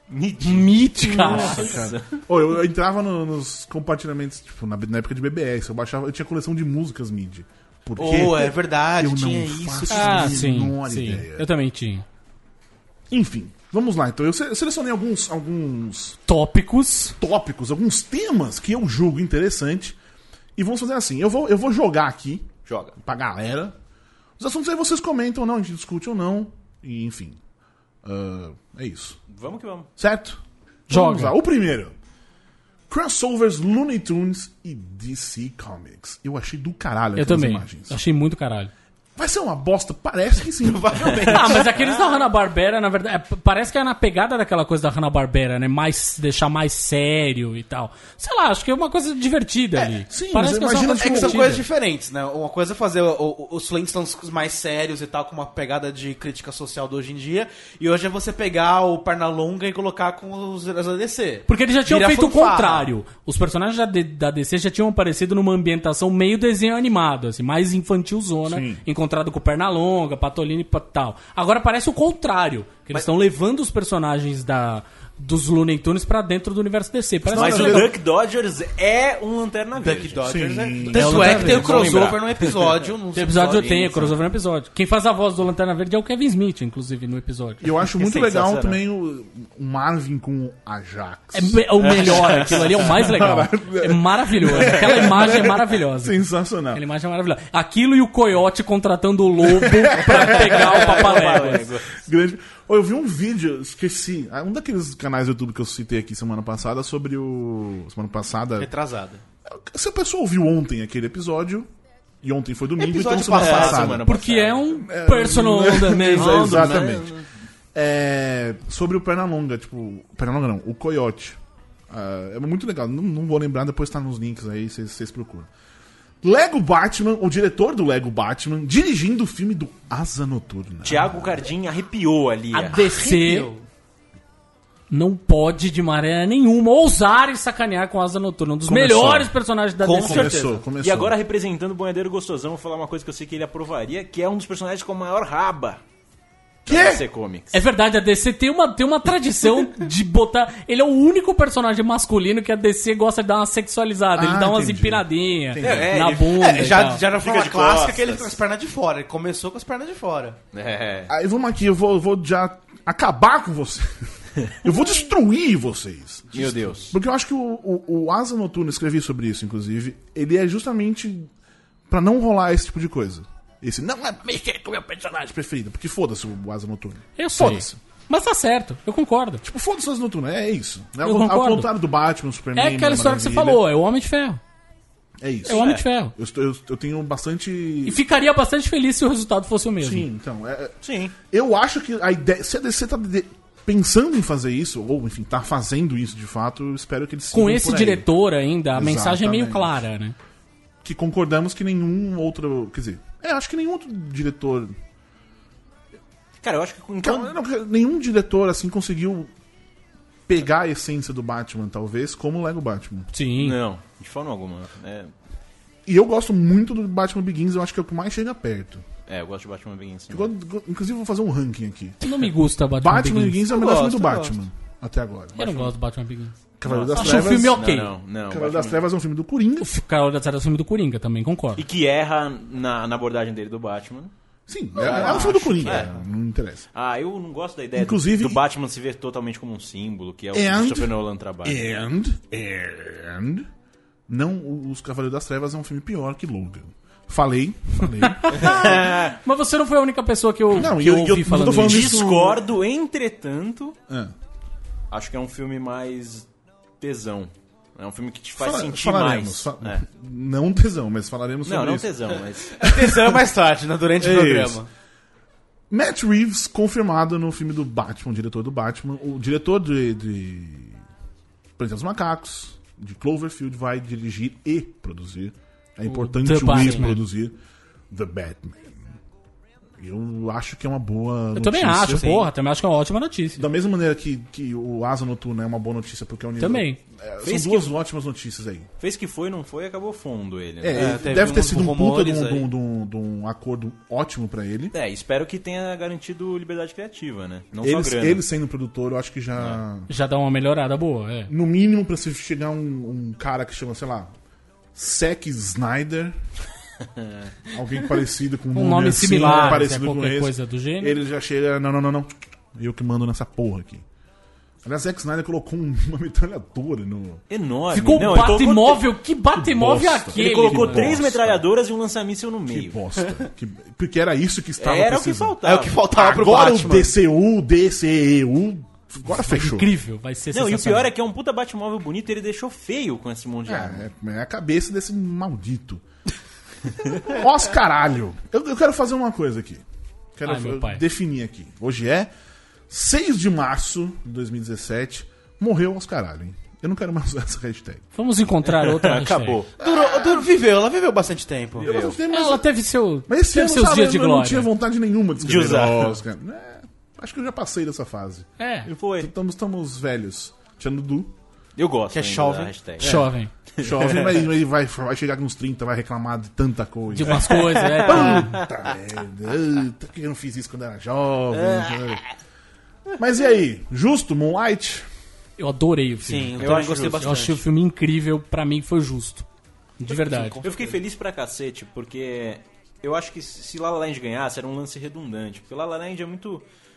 Meet, cara. Ô, eu, eu entrava no- nos compartilhamentos, tipo, na, na época de B B S, eu baixava, eu tinha coleção de músicas mid. Porque Oh, é verdade, eu tinha não isso. faço Ah, a sim, menor sim. ideia. Eu também tinha. Enfim, vamos lá então. Eu se- selecionei alguns, alguns Tópicos. tópicos, alguns temas que eu julgo interessante. E vamos fazer assim: eu vou, eu vou jogar aqui Joga. pra galera. Os assuntos aí vocês comentam ou não, a gente discute ou não. E enfim. Ah, é isso. Vamos que vamos. Certo? Joga. Vamos lá. O primeiro: crossovers Looney Tunes e D C Comics. Eu achei do caralho Eu aquelas também. imagens. Achei muito caralho. Vai ser uma bosta? Parece que sim. Ah, mas aqueles da Hanna-Barbera, na verdade, é, p- parece que é na pegada daquela coisa da Hanna-Barbera, né? Mais, deixar mais sério e tal. Sei lá, acho que é uma coisa divertida ali. sim, parece mas que é só uma imagina, coisa É que são divertida. coisas diferentes, né? Uma coisa é fazer o- o- os Flintstones mais sérios e tal, com uma pegada de crítica social do hoje em dia, e hoje é você pegar o Pernalonga e colocar com os heróis da D C. Porque eles já tinham Vira feito o fanfarra. contrário. Os personagens da, D- da D C já tinham aparecido numa ambientação meio desenho animado, assim, mais infantilzona, Sim. encontrado com Pernalonga, Patolino e pa- tal. Agora parece o contrário, que eles estão levando os personagens da, dos Looney Tunes pra dentro do universo D C. Parece Mas uma o coisa legal. Duck Dodgers é um Lanterna Verde. Duck Dodgers Sim. é... É Tanto o é que tem o Lanterna Verde, vamos crossover lembrar. no episódio. nos Tem episódio episódios. tem, é crossover no episódio. Quem faz a voz do Lanterna Verde é o Kevin Smith, inclusive, no episódio. E eu acho muito legal sensacional. também o, o Marvin com o Ajax. É me- o melhor, aquilo ali é o mais legal. É maravilhoso. Aquela imagem é maravilhosa. Sensacional. Aquela imagem é maravilhosa. Aquilo e o Coyote contratando o lobo pra pegar o Papaléguas. Grande. Ô, eu vi um vídeo, esqueci. ah, Um daqueles canais do YouTube que eu citei aqui semana passada sobre o. Semana passada. Retrasada. Se a pessoa ouviu ontem aquele episódio, e ontem foi domingo, Episódio então semana passado, passada. semana Porque é um personal Exa- mesmo. Exatamente. É, sobre o Pernalonga, tipo. Pernalonga não, o Coyote. Ah, é muito legal. Não, não vou lembrar, depois tá nos links aí, vocês vocês procuram. Lego Batman, o diretor do Lego Batman, dirigindo o filme do Asa Noturna. Thiago Cardim arrepiou ali. A D C não pode, de maneira nenhuma, ousar e sacanear com Asa Noturna. Um dos Começou. melhores personagens da Com D C. Começou, começou. E agora, representando o Boiadeiro Gostosão, vou falar uma coisa que eu sei que ele aprovaria, que é um dos personagens com a maior raba Quê? da D C Comics. É verdade, a D C tem uma, tem uma tradição de botar... Ele é o único personagem masculino que a D C gosta de dar uma sexualizada. ele Ah, dá umas entendi. empinadinhas Entendi. É, na ele- bunda É, e já, tal. já na Fica forma de clássica costas. que ele com as pernas de fora. Ele começou com as pernas de fora. É. Aí vamos aqui, eu vou, vou já acabar com vocês. Eu vou destruir vocês. Meu Deus. Porque eu acho que o, o, o Asa Noturna, escrevi sobre isso, inclusive, ele é justamente pra não rolar esse tipo de coisa. Esse não é mexer com o meu personagem preferido. Porque foda-se o Asa Noturna. Eu sei. Foda-se. Mas tá certo, eu concordo. Tipo, foda-se o Asa Noturna. É isso. É Eu ao, ao concordo. contrário do Batman, Superman. É aquela Mulher história que você Maravilha. falou, é o Homem de Ferro. É isso. É o Homem de Ferro. Eu, estou- eu, eu tenho bastante... E ficaria bastante feliz se o resultado fosse o mesmo. Sim, então. é- é- Sim. Eu acho que a ideia. Se a D C tá de- pensando em fazer isso, ou enfim, tá fazendo isso de fato, eu espero que eles Com sigam esse por aí. diretor ainda, a mensagem é meio Exatamente. clara, né? Que concordamos que nenhum outro. Quer dizer, é, acho que nenhum outro diretor. Cara, eu acho que com Não, não, nenhum diretor assim conseguiu pegar a essência do Batman, talvez, como o Lego Batman. Sim. Não, de forma alguma. É, E eu gosto muito do Batman Begins, eu acho que é o que mais chega perto. é eu gosto de Batman Begins. Eu gosto- go- inclusive, vou fazer um ranking aqui. Não me gusta Batman, Batman Begins. Begins é o Eu melhor gosto, filme do eu Batman, até agora. Eu não gosto do Batman Begins. Cavaleiro das Acho Trevas. um filme ok. Não, não, não. Cavaleiro das Batman- Trevas é um filme do Coringa. O Cavaleiro das Trevas é o filme do Coringa também, concordo. E que erra na, na abordagem dele do Batman. Sim, é, é um filme do Coringa. É. Não interessa. Ah, eu não gosto da ideia Inclusive- do, do Batman se ver totalmente como um símbolo, que é o que And- o Christopher Nolan trabalha. And, and, não, Os Cavaleiros das Trevas é um filme pior que Logan. Falei, falei. Mas você não foi a única pessoa que eu, Não, que e eu- eu e eu ouvi não falando tô falando isso. isso- Discordo, entretanto, É. acho que é um filme mais tesão. É um filme que te faz Fala- sentir falaremos. mais. Fa- É. Não tesão, mas falaremos sobre Não, não isso. tesão, mas... Atenção é mais tarde, né? Durante o É programa. isso. Matt Reeves confirmado no filme do Batman, o diretor do Batman. O diretor de, de Planeta dos Macacos, de Cloverfield, vai dirigir e produzir. É importante The o Reeves Batman. produzir The Batman. Eu acho que é uma boa Eu também notícia. acho, porra, também acho que é uma ótima notícia. Da mesma maneira que, que o Asa Noturna é uma boa notícia porque é um nível... Também. É, são Fez duas ótimas notícias aí. Fez que foi, não foi, acabou fundo ele. É, Né? ele teve deve ter uns sido um puta de rumores um, aí. de um- de um- de um acordo ótimo pra ele. É, espero que tenha garantido liberdade criativa, né? Não só Ele, grana. ele sendo produtor, eu acho que já... Já dá uma melhorada boa, é. No mínimo, pra se chegar um, um cara que chama, sei lá, Zack Snyder, alguém parecido com Um nome assim, similar, parecido é com qualquer esse, coisa do gênero. ele já chega, não, não, não, não, eu que mando nessa porra aqui. Aliás, Zack Snyder colocou um- uma metralhadora no... Enorme. Ficou Não, um ele colocou- bate-móvel, que bate-móvel é bosta. aquele? Ele colocou Que três bosta. metralhadoras e um lança-míssel no Que meio. bosta. Que- porque era isso que estava Era o que precisando. faltava. É o que faltava pro Agora Batman. o D C U, D C E U, agora fechou. Incrível, vai ser Não, e o sensacional. pior é que é um puta Batmóvel bonito e ele deixou feio com esse monte de arma. É, é a cabeça desse maldito. Oscaralho. Eu, eu quero fazer uma coisa aqui. Quero Ai, meu pai. definir aqui. Hoje é seis de março de dois mil e dezessete. Morreu Oscaralho, hein? Eu não quero mais usar essa hashtag. Vamos encontrar outra hashtag. Acabou. Durou, durou- viveu, ela viveu bastante tempo. Eu não sei, mas, Ela teve seu, mas esse teve ano, seus sabe, dias de eu não glória. tinha vontade nenhuma de escrever De usar. Oscar. É, acho que eu já passei dessa fase. É, Eu- Foi. Estamos, estamos velhos. Tirando o Du. Eu gosto Que é ainda jovem. da hashtag. jovem. Jovem, mas ele vai, vai chegar com uns trinta, vai reclamar de tanta coisa. De umas coisas, é. Puta merda, por que eu não fiz isso quando era jovem? Mas e aí? Justo, Moonlight? Eu adorei o filme. Sim, eu, Eu também acho gostei justo. Eu bastante. achei o filme incrível, pra mim foi justo. De verdade. Eu fiquei feliz pra cacete, porque eu acho que se La La Land ganhasse, era um lance redundante. Porque La La Land é muito...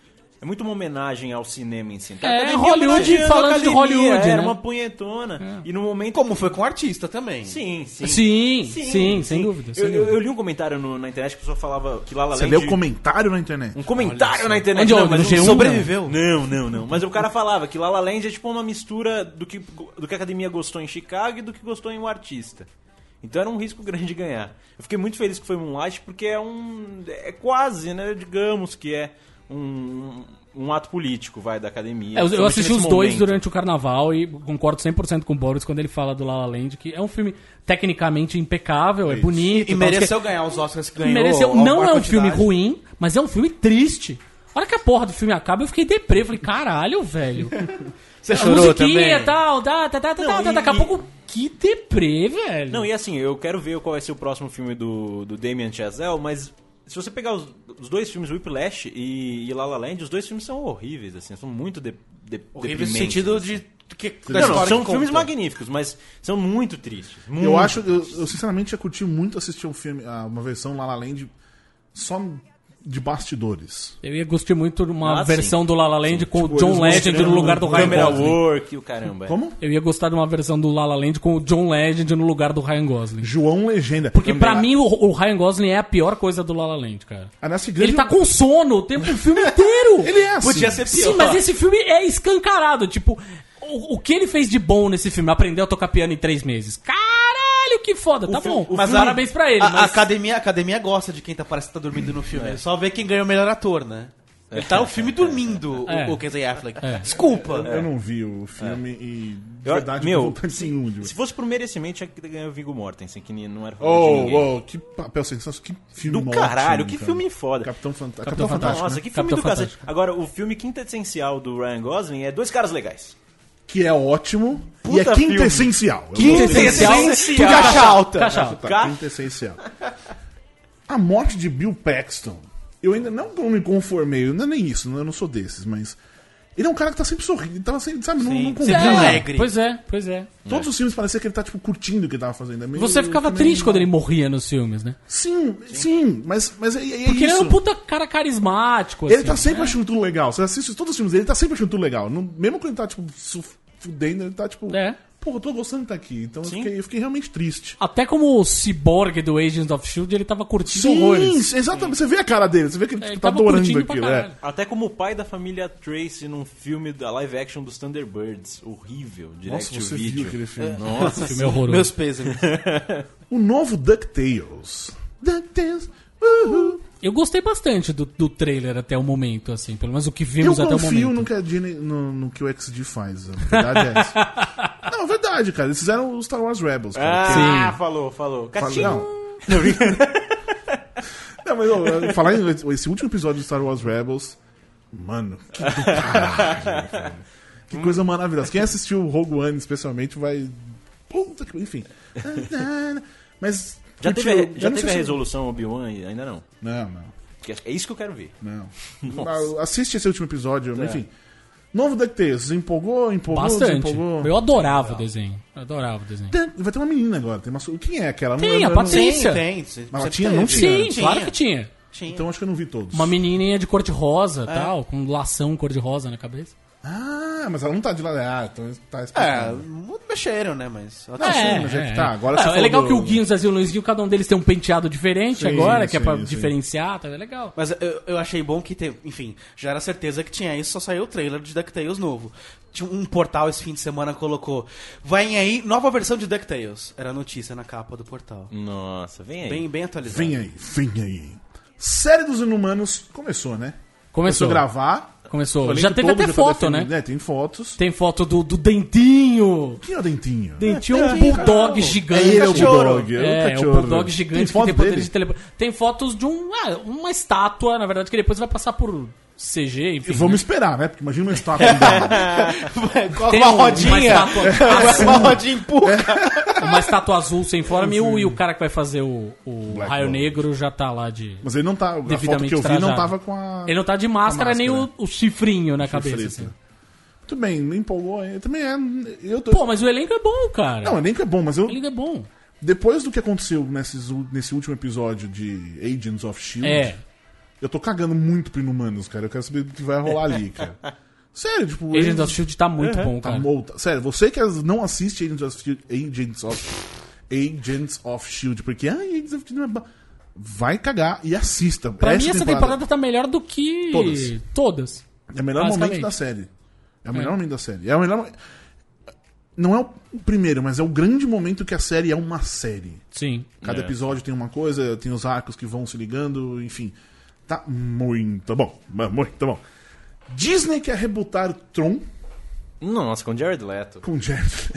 É muito uma homenagem ao cinema em si. A É, academia Hollywood homenageando a falando de academia, Hollywood, Era né? uma punhetona. E no momento... Como foi com o artista também. Sim, sim. Sim, sim, sem dúvida. sem Eu, eu- dúvida. eu li um comentário no- na internet que a pessoa falava que La La Você Land... leu o comentário na internet? Um comentário na internet. Onde, não, onde? mas No um- G um, sobreviveu. Não, não, não. Mas o cara falava que La La Land é tipo uma mistura do que, do que a academia gostou em Chicago e do que gostou em O Artista. Então era um risco grande de ganhar. Eu fiquei muito feliz que foi Moonlight porque é um... É quase, né? Digamos que é um... um ato político, vai, da academia. É, eu- eu Principalmente assisti os nesse dois momento. durante o carnaval e concordo cem por cento com o Boris quando ele fala do La La Land, que é um filme tecnicamente impecável, é, isso. bonito. E tal, mereceu ganhar os Oscars que que- ganhou. mereceu. a- Não a é um quantidade. filme ruim, mas é um filme triste. A hora que a porra do filme acaba, eu fiquei deprê. Eu falei, caralho, velho. Você A chorou musiquinha também? e tal, tá, tá, tá, tá, Não, tá, e- tá, daqui a e- pouco, que deprê, velho. Não, e assim, eu quero ver qual vai ser o próximo filme do, do Damien Chazelle, mas se você pegar os, os dois filmes, Whiplash e, e La La Land, os dois filmes são horríveis, assim, são muito de, de, Horrível no deprimentes, sentido assim. de... Que, da Não, não, história são que filmes conta. magníficos, mas são muito tristes. Muito. Eu acho, eu, eu sinceramente já curti muito assistir um filme, ah, uma versão La La Land só de bastidores. Eu ia gostar muito de uma Ah, versão sim. do La La Land com Tipo, o John eles Legend mostrando no lugar do Ryan Camera Gosling. Work e o caramba. é. Como? Eu ia gostar de uma versão do La La Land com o John Legend no lugar do Ryan Gosling. João Legenda. Porque Também. pra mim o, o Ryan Gosling é a pior coisa do La La Land, cara. A nossa igreja... Ele tá com sono o tempo do filme inteiro. Ele é assim. Podia ser pior. Sim, mas esse filme é escancarado. Tipo, o, o que ele fez de bom nesse filme? Aprendeu a tocar piano em três meses. Caralho, que foda. Tá bom. Mas Mas parabéns pra ele. A, a mas- academia, a academia gosta de quem tá, parece que tá dormindo no filme. Ele só vê quem ganhou o melhor ator, né? Ele tá no filme dormindo, É. o, o Casey Affleck. É. Desculpa. Eu não vi o filme e... De Eu- verdade, meu, não tenho vontade nenhuma de ver. Se fosse por merecimento, tinha que ter ganhado o Viggo Mortensen, que não era favor de Oh, ninguém. oh, que papel sensacional, que filme Do ótimo, caralho, que cara. filme foda. Capitão, Fanta Capitão Capitão Fantástico, Nossa, né? que filme Capitão do cacete. Fantástico. Agora, o filme quintessencial do Ryan Gosling é Dois Caras Legais. Que é ótimo Puta e é quintessencial. Eu Quintessencial. vou- Quintessencial. Caixa alta. Caixa Acho alta. que tá, quintessencial. A morte de Bill Paxton, eu ainda não, não me conformei, não é nem isso, eu não sou desses, mas... Ele é um cara que tá sempre sorrindo, tava sempre, sabe, não, Sim, não sempre combina. alegre. Pois é, pois é. Todos os filmes parecia que ele tá, tipo, curtindo o que ele tava fazendo. É meio- Você ficava meio- triste quando ele morria nos filmes, né? Sim, sim, mas, mas é, é Porque ele isso. era um puta cara carismático, Ele assim, tá sempre né? achando tudo legal. Você assiste todos os filmes dele, ele tá sempre achando tudo legal. Não- mesmo quando ele tá, tipo, su- fudendo, ele tá, tipo... É. pô, eu tô gostando de estar aqui. Então eu Sim. fiquei, eu fiquei realmente triste. Até como o Cyborg do Agents of Shield, ele tava curtindo horrores. Sim, exatamente. Você vê a cara dele, você vê que ele, É, ele tá tava adorando curtindo pra aquilo. caralho. É. Até como o pai da família Tracy num filme da live action dos Thunderbirds. Horrível, Nossa, direct você to video. viu aquele filme. Nossa, O filme é horroroso. Meus pêsames. O novo DuckTales. DuckTales. Uhul. Eu gostei bastante do, do trailer até o momento, assim. Pelo menos o que Eu vimos até o confio momento. no que, a Disney, no, no que o X D faz. A verdade é essa. Não, é verdade, cara. Eles fizeram o Star Wars Rebels, cara. que- Ah, Sim. falou, falou. Fala- Catinho. Não. Não, mas ó, falar em esse último episódio de Star Wars Rebels, mano, que do caralho, velho. Que coisa maravilhosa. Quem assistiu o Rogue One, especialmente, vai. Puta que. Enfim. Mas. Já curtiu- teve, eu já não teve sei a se- resolução Obi-Wan? e Ainda não. Não, não. Porque É isso que eu quero ver. Não. Nossa. Ah, Assiste esse último episódio, É. enfim. Novo DuckTales, empolgou, empolgou, Bastante. desempolgou. Eu adorava o desenho. Eu adorava o desenho. Tem- Vai ter uma menina agora. Tem uma... su- Quem é aquela? Não Tem, lembro, a eu não- Patrícia. Tem, tem. Mas ela Sempre tinha, teve. não tinha? Sim, Tinha. claro que tinha. Tinha. Então acho que eu não vi todos. Uma menininha de cor de rosa tal, com lação cor de rosa na cabeça. Ah, mas ela não tá de lá. Ah, então tá É, explicado. muito mexeram, né? Mas. Não, sim, mas é que tá. Agora É, você é falou legal do- que o Guinho, o Zezinho e o Luizinho, cada um deles tem um penteado diferente Sim, agora, que é pra sim, sim. diferenciar, tá? É legal. Mas eu, eu achei bom que, tem, enfim, já era certeza que tinha isso, só saiu o trailer de DuckTales novo. Tinha um portal esse fim de semana colocou, vai aí, nova versão de DuckTales. Era a notícia na capa do portal. Nossa, vem aí. Bem, bem atualizado. Vem aí, vem aí. Série dos Inumanos começou, né? Começou. a gravar. Começou. O elenco Já teve todo até tá foto, definido, né? Tem fotos. Tem foto do, do Dentinho. Quem é o Dentinho? Dentinho é um bulldog gigante. Ele é o cachorro. Bulldog. É, é o cachorro. bulldog gigante Tem que foto tem poder dele? de tele... Tem fotos de um, ah, uma estátua, na verdade, que depois vai passar por C G, enfim. Vamos né? esperar, né? Porque imagina uma estátua dele. Com Tem uma um- rodinha. uma estátua azul. Uma rodinha empurra. Uma estátua azul sem forma e o, e o cara que vai fazer o, o Black Raio Bolt. Negro já tá lá de... Mas ele não tá. A foto Devidamente que eu vi não trajado. tava com a. Ele não tá de máscara, a nem o, máscara. o chifrinho na cabeça. Chifreta. Assim. Muito bem, me empolgou. aí. Também é. Eu tô... Pô, mas o elenco é bom, cara. Não, o elenco é bom, mas eu. O elenco é bom. Depois do que aconteceu nesses, u- nesse último episódio de Agents of Shield, É. eu tô cagando muito pro Inumanos, cara. Eu quero saber o que vai rolar ali, cara. Sério, tipo. Agents of Shield tá muito bom, Tá cara. molta. Sério, você que não assiste Agents of Shield, Agents of, Agents of Shield, porque ah, Agents of Shield não é bom. Vai cagar e assista. Pra mim, essa temporada tá melhor do que Todas. todas. É o melhor basicamente. momento da série. É o melhor momento da série. É o melhor. mo- Não é o primeiro, mas é o grande momento que a série é uma série. Sim. Cada É. episódio tem uma coisa, tem os arcos que vão se ligando, enfim. Tá muito bom. Muito bom. Disney quer rebootar o Tron Nossa, com Jared Leto. com Jeff.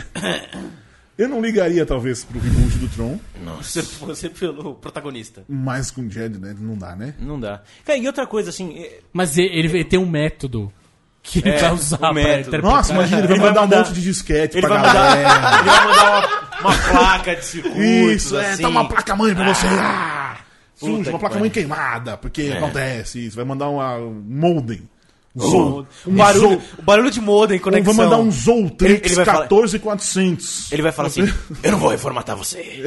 Eu não ligaria, talvez, pro reboot do Tron, Se fosse pelo protagonista. mas com Jed, né? Não dá, né? Não dá. Cara, e outra coisa, assim... é- Mas ele, ele tem um método que ele É, vai usar o pra método. interpretar. Nossa, imagina, ele vai Ele vai mandar um mandar- monte de disquete Ele pra vai, mandar, galera. ele vai mandar uma, uma placa de circuitos, Isso, é, assim. tá uma placa-mãe pra você. Ah, Puta suja, que uma placa-mãe pariu. queimada, porque acontece isso. Vai mandar uma um modem. Um Oh, Zou. O Um barulho, Zou. o barulho de modem, Ou conexão. vai mandar um Zoltrix Ele- ele vai falar- quatorze mil e quatrocentos. Ele vai falar assim, eu não vou reformatar você.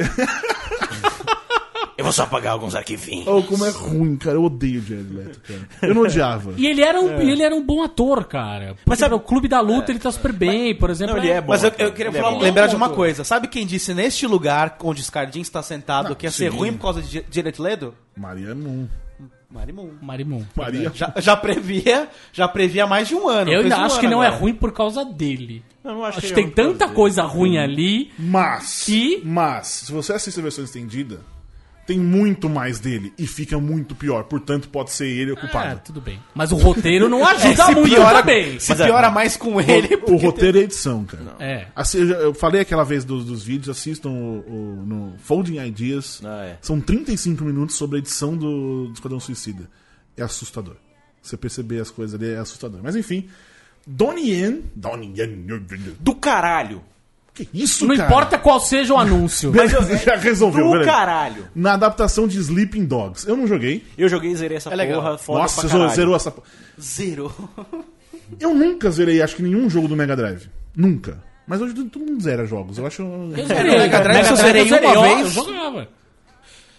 Eu vou só apagar alguns arquivinhos. Oh, como é ruim, cara. Eu odeio o Jared Leto, cara. Eu não odiava. E ele era um, e ele era um bom ator, cara. Mas sabe, o Clube da Luta ele tá super bem, por exemplo. Não, ele é bom. Mas eu, ator. eu queria Ele é falar- bom. lembrar de uma Bom, coisa. Sabe quem disse neste lugar onde o Scardinho está sentado Não, que ia ser sim. ruim por causa de Jared Leto? Maria Moon. Marimun. Marimum. Maria. Já, já previa, já previa há mais de um ano. Eu Fez ainda um acho ano que não é agora. ruim por causa dele. Eu não acho, Acho que ele é tem ruim por causa tanta dele. coisa ruim ali. Mas, Que- mas, se você assiste a versão estendida, tem muito mais dele e fica muito pior. Portanto, pode ser ele o Ah, culpado. tudo bem. Mas o roteiro não ajuda É, se muito piora, também. se piora mais com ele. O roteiro é edição, cara. É. Assim, eu, já- eu falei aquela vez dos, dos vídeos, assistam o, o- no Folding Ideas. Ah, é. São trinta e cinco minutos sobre a edição do, do Esquadrão Suicida. É assustador. Você perceber as coisas ali é assustador. Mas enfim, Donnie Yen. Donnie Yen. Do caralho. Que isso, Não cara? importa qual seja o anúncio. Mas eu, já resolveu, Do beleza. caralho. Na adaptação de Sleeping Dogs. Eu não joguei. Eu joguei e zerei essa É legal. porra foda Nossa, pra você caralho. zerou essa. po- Zero. Eu nunca zerei, acho que nenhum jogo do Mega Drive. Nunca. Mas hoje todo mundo zera jogos. Eu acho. Eu Mega Drive eu zerei uma ó, vez. Eu jogava.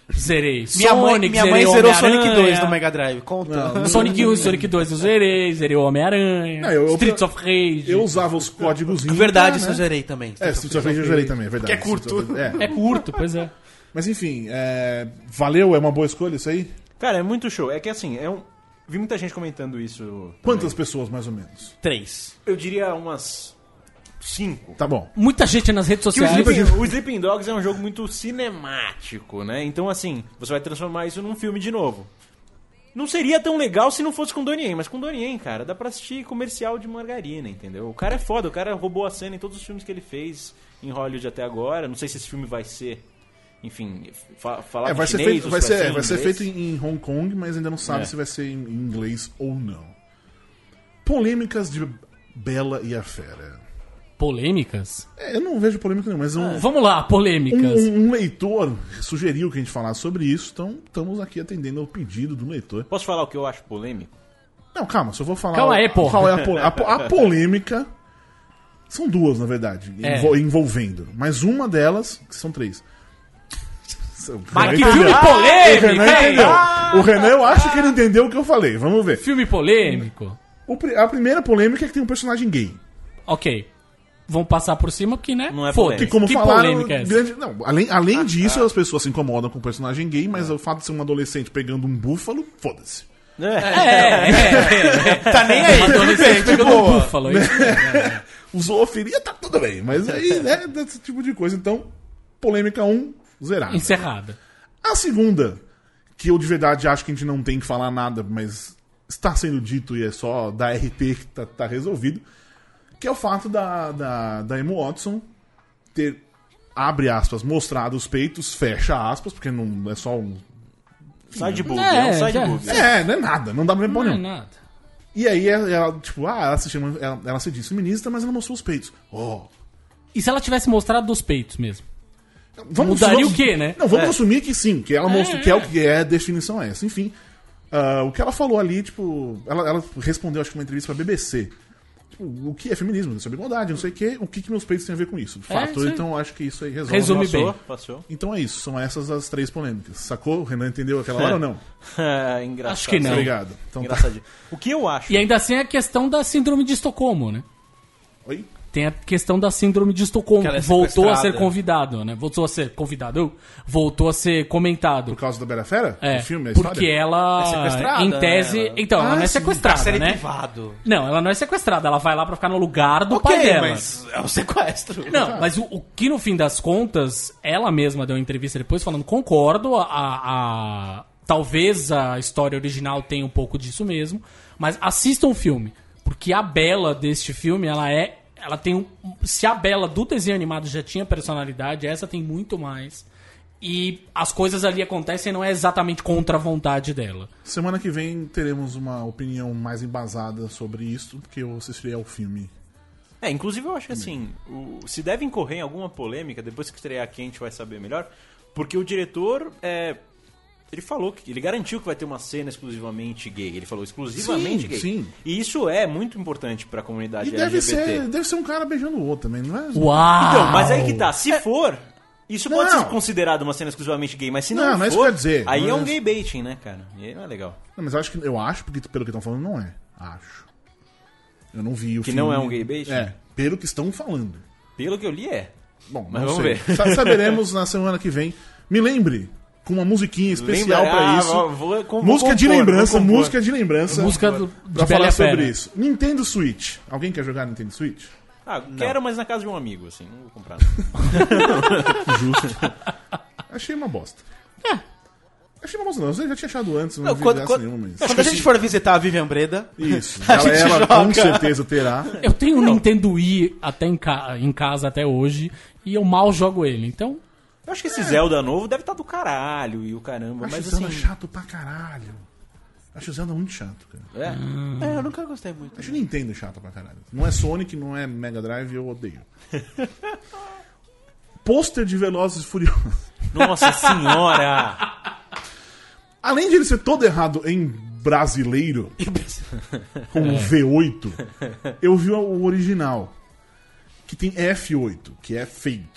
Zerei. Minha Sonic, mãe, minha zerei mãe zerou Homem-Aranha. Sonic dois no Mega Drive. Conta. Não, Sonic um e Sonic dois eu zerei, zerei o Homem-Aranha, Não, eu- eu- Streets of Rage. Eu usava os códigos. Verdade, isso né? eu zerei também. É, Streets of Rage eu gerei também, é verdade. Que é curto. Streets of Rage- é. É curto, pois é. Mas enfim, é, valeu? É uma boa escolha isso aí? Cara, é muito show. É que assim, é um... vi muita gente comentando isso. Quantas pessoas, mais ou menos? Três. Eu diria umas cinco. Tá bom. Muita gente nas redes Que o sociais. Sleeping, o Sleeping Dogs é um jogo muito cinemático, né? Então, assim, você vai transformar isso num filme de novo. Não seria tão legal se não fosse com Donnie Yen, mas com Donnie Yen, cara, dá pra assistir comercial de margarina, entendeu? O cara é foda, o cara roubou a cena em todos os filmes que ele fez em Hollywood até agora. Não sei se esse filme vai ser, enfim, fa falar É, vai ser chinês, feito, ou vai se ser, em vai ser inglês. feito em, em Hong Kong, mas ainda não sabe É. se vai ser em inglês ou não. Polêmicas de Bela e a Fera. Polêmicas? É, eu não vejo polêmica nenhuma, mas um, Vamos lá, polêmicas. um, um leitor sugeriu que a gente falasse sobre isso, então estamos aqui atendendo ao pedido do leitor. Posso falar o que eu acho polêmico? Não, calma, só vou falar. Calma aí, porra. Qual é a, po- a, po- a polêmica? São duas, na verdade, É. envol- envolvendo. Mas uma delas, que são três. Mas que Entendeu? filme O polêmico, Renan hein? entendeu. O Renan, eu acho que ele entendeu o que eu falei. Vamos ver. Filme polêmico? O pri- a primeira polêmica é que tem um personagem gay. Ok. Vamos passar por cima porque, né? Não é Foda-se. Que, como que falaram, polêmica é essa? grande- não, além, além disso, as pessoas se incomodam com o personagem gay, mas o fato de ser um adolescente pegando um búfalo, foda-se. É, é, é. Tá nem aí, Um tudo adolescente bem, pegando tipo, um búfalo. é isso? Usou oferia, tá tudo bem. Mas aí, né, desse tipo de coisa. Então, polêmica um, zerada. Encerrada. A segunda, que eu de verdade acho que a gente não tem que falar nada, mas está sendo dito e é só da R T que tá, tá resolvido, que é o fato da, da, da Emma Watson ter, abre aspas, mostrado os peitos, fecha aspas, porque não é só um... Sidebug, É, é, um já- sidebug. É, não é nada, não dá pra Não pôr é nenhum. nada. E aí ela, ela, tipo, ah, ela se chama, ela, ela se disse feminista, mas ela mostrou os peitos. Oh. E se ela tivesse mostrado dos peitos mesmo? Vamos, Mudaria vamos- o quê, né? Não, vamos É. assumir que sim, que ela mostrou, É, que é o é. que é a definição é essa. Enfim, ah, o que ela falou ali, tipo, ela, ela respondeu, acho que uma entrevista pra B B C. Tipo, o que é feminismo, sobre igualdade, não sei o que, o que, que meus peitos têm a ver com isso, de É, fato. isso aí. Então acho que isso aí resolve. Resume Passou, bem. passou. Então é isso, são essas as três polêmicas. Sacou? O Renan entendeu aquela hora ou não? É, engraçado. Acho que não. Obrigado. Então tá. Engraçadinho. O que eu acho... E ainda assim a questão da síndrome de Estocolmo, né? Oi? Tem a questão da síndrome de Estocolmo. Que ela é Voltou a ser sequestrada. convidado, né? Voltou a ser convidado. Voltou a ser comentado. Por causa da Bela Fera? É, O filme, a porque história? ela, É sequestrada, em tese... né? Então, ela Ah, não é sim. sequestrada, Série né? privado. Não, ela não é sequestrada. Ela vai lá pra ficar no lugar do Ok, pai dela. mas é um sequestro. Não, mas o, o que no fim das contas, ela mesma deu uma entrevista depois falando, concordo, a, a- talvez a história original tenha um pouco disso mesmo, mas assistam o filme, porque a Bela deste filme, ela é, ela tem um, se a Bela do desenho animado já tinha personalidade, essa tem muito mais. E as coisas ali acontecem não é exatamente contra a vontade dela. Semana que vem teremos uma opinião mais embasada sobre isso, porque eu assistirei ao filme. É, inclusive eu acho que assim, o- se deve incorrer em alguma polêmica, depois que estrear aqui a gente vai saber melhor, porque o diretor, é, ele falou, que ele garantiu que vai ter uma cena exclusivamente gay, ele falou exclusivamente Sim, gay. sim. E isso é muito importante pra comunidade E deve L G B T. ser, deve ser um cara beijando o outro também, não é? Uau! Então, mas aí que tá, se for, isso pode Não. ser considerado uma cena exclusivamente gay, mas se não, Não, não é isso for, que eu ia dizer. aí Não é é um isso. gay baiting, né, cara? E aí não é legal. Não, mas eu acho que eu acho, porque pelo que estão falando, não é. Acho. Eu não vi o Que filme. não é um gay bait? É, pelo que estão falando. Pelo que eu li, é. Bom, Mas não vamos sei. ver. Sa- Saberemos na semana que vem. Me lembre, com uma musiquinha especial Lembra- pra Ah, isso. vou- vou- vou música de compor, lembrança, vou compor. música de lembrança. Música do, de Pra Bela falar e a Fera. sobre isso. Nintendo Switch. Alguém quer jogar Nintendo Switch? Ah, quero, mas na casa de um amigo, assim, não vou comprar. não. Justo. Achei uma bosta. Achei uma bosta não. Eu já tinha achado antes, não, Não, vi quando, graça quando- nenhuma. Mas... quando a gente for visitar a Vivian Breda, Isso. A Ela, gente ela joga. com certeza terá. Eu tenho um Nintendo Wii até em, ca- em casa até hoje e eu mal jogo ele, então... Eu acho que esse Zelda novo deve estar do caralho e o caramba, Acho mas o Zelda assim... chato pra caralho. Acho o Zelda muito chato, cara. É. é, eu nunca gostei muito. Acho o Nintendo chato pra caralho. Não é Sonic, não é Mega Drive, eu odeio. Pôster de Velozes e Furiosos. Nossa senhora! Além de ele ser todo errado em brasileiro, com um V oito, eu vi o original, que tem F oito, que é Fate.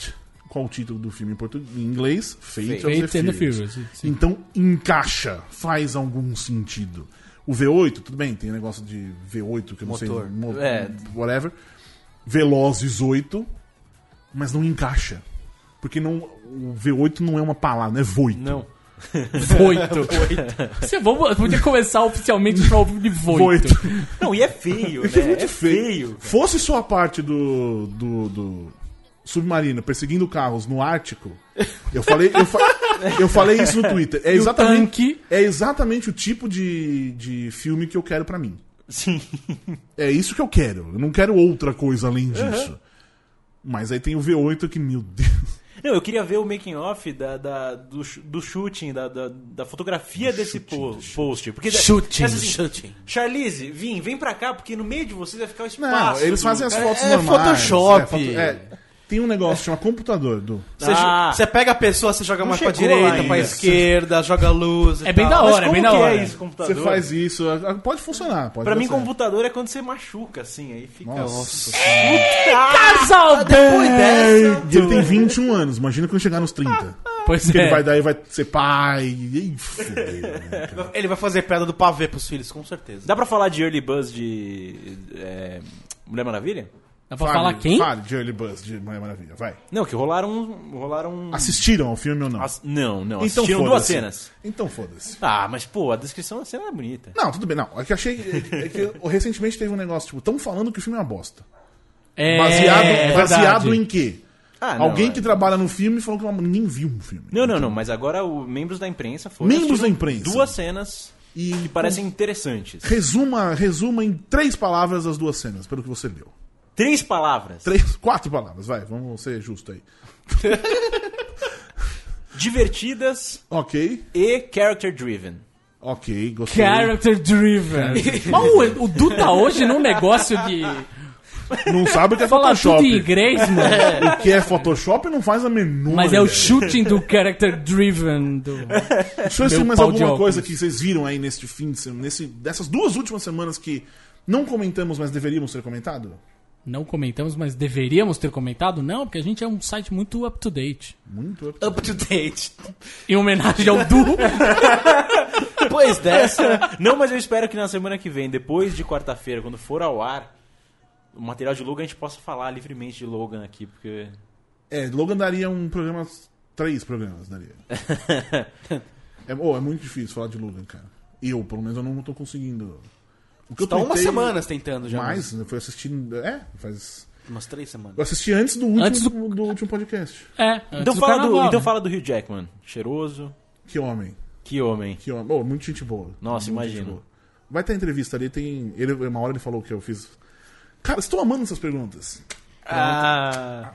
qual o título do filme em português? Em inglês? Fate, of Fate the and the Furious. Furious. Sim. Então encaixa, faz algum sentido. O V oito, tudo bem, tem negócio de V oito, que eu não Motor. sei, mo- É. whatever. Velozes oito, mas não encaixa. Porque não, o V oito não é uma palavra, não é voito. Não. Voito. Você vamos, podia começar oficialmente pra ouvir de voito. Voito. Não, e é feio, É que é né? muito É feio. feio. cara. Fosse só a parte do, do, do submarino perseguindo carros no Ártico, eu falei, eu, fa- eu falei isso no Twitter. É E o exatamente, tanque? é exatamente o tipo de, de filme que eu quero pra mim. Sim. É isso que eu quero. Eu não quero outra coisa além disso. Mas aí tem o V oito que, meu Deus. Não, eu queria ver o making off da, da, do, ch- do shooting, da, da, da fotografia desse po- post. Porque da- Shooting. essa assim, Shooting. Charlize, vim, vem pra cá, porque no meio de vocês vai ficar o Não, espaço. eles do- fazem as É- fotos é normais. Photoshop. É, foto- é. Tem um negócio que chama computador, do. Você, Ah. você pega a pessoa, você joga Não mais pra chegou lá direita, pra ainda. esquerda, joga luz. e É bem tal. da Mas hora, é como bem da que hora. é isso, computador? Você faz isso, pode funcionar. Pode Pra dar mim, certo. computador é quando você machuca, assim, aí fica... Nossa. Casal Depois dessa. E ele tem vinte e um anos, imagina quando chegar nos trinta. Pois Porque ele é. vai daí vai ser pai. E fudeu, né, cara? Ele vai fazer pedra do pavê pros filhos, com certeza. Dá pra falar de Early Buzz de é, Mulher Maravilha? Dá pra Fale- falar quem? Fale de Early Buzz de Mulher Maravilha, vai. Não, que rolaram... rolaram... Assistiram ao filme ou não? As- Não, não, Então assistiram duas foda-se. cenas. Então foda-se. Ah, mas pô, a descrição da cena é bonita. Não, tudo bem, não. É que achei. É que recentemente teve um negócio, tipo, tão falando que o filme é uma bosta. É, Baseado, é baseado verdade. em quê? Ah, não, Alguém é. que trabalha no filme falou que não- ninguém viu um filme. Não, não, não, mas agora os membros da imprensa foram... Membros da assistiram imprensa. Duas cenas E que parecem interessantes. Resuma, resuma em três palavras as duas cenas, pelo que você leu. Três palavras. Três, quatro palavras, vai, vamos ser justo aí. Divertidas Ok, e character driven. ok, gostei. Character driven. Mas o, o Du tá hoje num negócio de Não sabe o que é falar tudo Photoshop. em inglês, mano. O que é Photoshop não faz a menor Mas é o ideia. shooting do character driven do... Deixa eu ver Meu mais pau de alguma óculos. coisa que vocês viram aí neste fim de semana, nesse, dessas duas últimas semanas que não comentamos, mas deveríamos ter comentado? Não comentamos, mas deveríamos ter comentado? Não, porque a gente é um site muito up-to-date. Muito up. Up to date. Em homenagem ao Du. Depois dessa. Não, mas eu espero que na semana que vem, depois de quarta-feira, quando for ao ar, o material de Logan a gente possa falar livremente de Logan aqui, porque... É, Logan daria um programa, três programas daria. é, oh, é muito difícil falar de Logan, cara. Eu, pelo menos, eu não tô conseguindo. O que eu Tá umas tuitei- semanas tentando já. Mais, eu fui assistir. É, faz. Umas três semanas. Eu assisti antes do último, Antes do- do... último podcast. É, antes Então do fala, do, carnaval, então né? fala do Hugh Jackman. Cheiroso. Que homem. Que homem. Que homem. Oh, muito gente boa. Nossa, Muito imagino. gente boa. Vai ter entrevista ali, tem. Ele, uma hora ele falou que eu fiz. Cara, estou amando essas perguntas. Ah,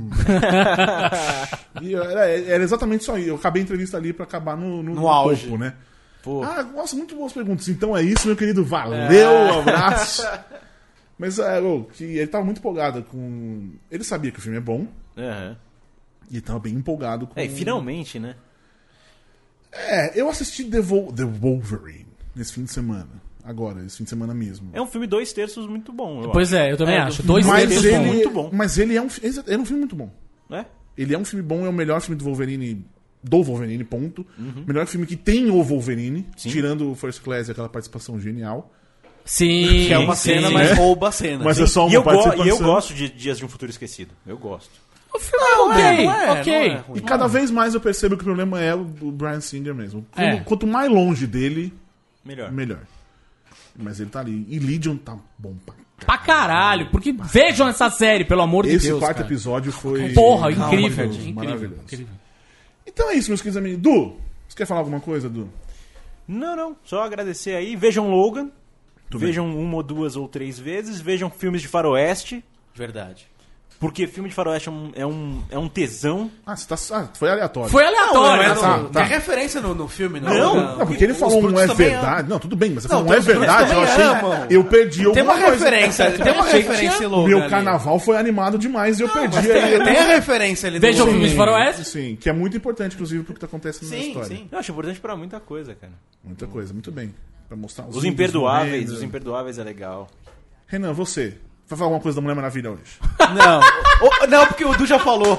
E era, era exatamente isso aí. Eu acabei a entrevista ali pra acabar no, no, No auge. topo, né? pô. Ah, nossa, muito boas perguntas. Então é isso, meu querido. Valeu, um abraço. Mas é, ô, que ele tava muito empolgado com. Ele sabia que o filme é bom. Aham. E tava bem empolgado com. É, e finalmente, né? É, eu assisti The, Vol- The Wolverine nesse fim de semana. Agora, esse fim de semana mesmo. É um filme dois terços muito bom, eu Pois é, eu também É, acho. do- Dois mas terços ele, bom. muito bom. Mas ele é um, fi- exa- ele é um filme muito bom. acho. É? Ele é um filme bom, é o melhor filme do Wolverine. Do Wolverine, ponto. Uhum. Melhor filme que tem o Wolverine, tirando o First Class e aquela participação genial. Sim, Que é uma sim. cena, mas rouba a cena. Mas é só uma E eu, go- participação. e eu gosto de Dias de um Futuro Esquecido. Eu gosto. O filme é ok, não é, ok. não é ruim. E cada vez mais eu percebo que o problema é o do Bryan Singer mesmo. Quando- É. Quanto mais longe dele, Melhor. melhor. Mas ele tá ali. E Legion tá bom pra Pra caralho, porque vejam essa série, pelo amor de Esse Deus. quarto cara. episódio foi. Porra, maravilhoso, incrível, incrível, maravilhoso. incrível. Então é isso, meus queridos amigos. Du, você quer falar alguma coisa, Du? Não, não. Só agradecer aí. Vejam Logan. Tudo bem. vejam uma ou duas ou três vezes. Vejam filmes de faroeste. Verdade. Porque filme de faroeste é um, é um, é um tesão. Ah, você tá. Ah, foi aleatório. Foi aleatório. Não, né? não, tá, não, tá. Tem referência no, no filme, não? Não, Não, porque ele Os falou um brutos é também verdade. Não, tudo bem, mas você Não, falou um é tem os brutos verdade. Eu também achei. amam. Eu perdi Tem alguma uma coisa. referência, tem uma achei que referência tinha- em Logan Meu ali. carnaval foi animado demais e eu perdi. Mas aí. tem, tem a referência ali do Vejam Logan. filmes de faroeste. Sim, que é muito importante, inclusive, pro que tá acontecendo na Sim, história. sim. Eu acho importante pra muita coisa, cara. Muita coisa, muito bem. Pra mostrar Os índios imperdoáveis. morrendo. Os imperdoáveis é legal. Renan, você. Vai falar alguma coisa da Mulher Maravilha hoje? Não. O- não, porque o Du já falou.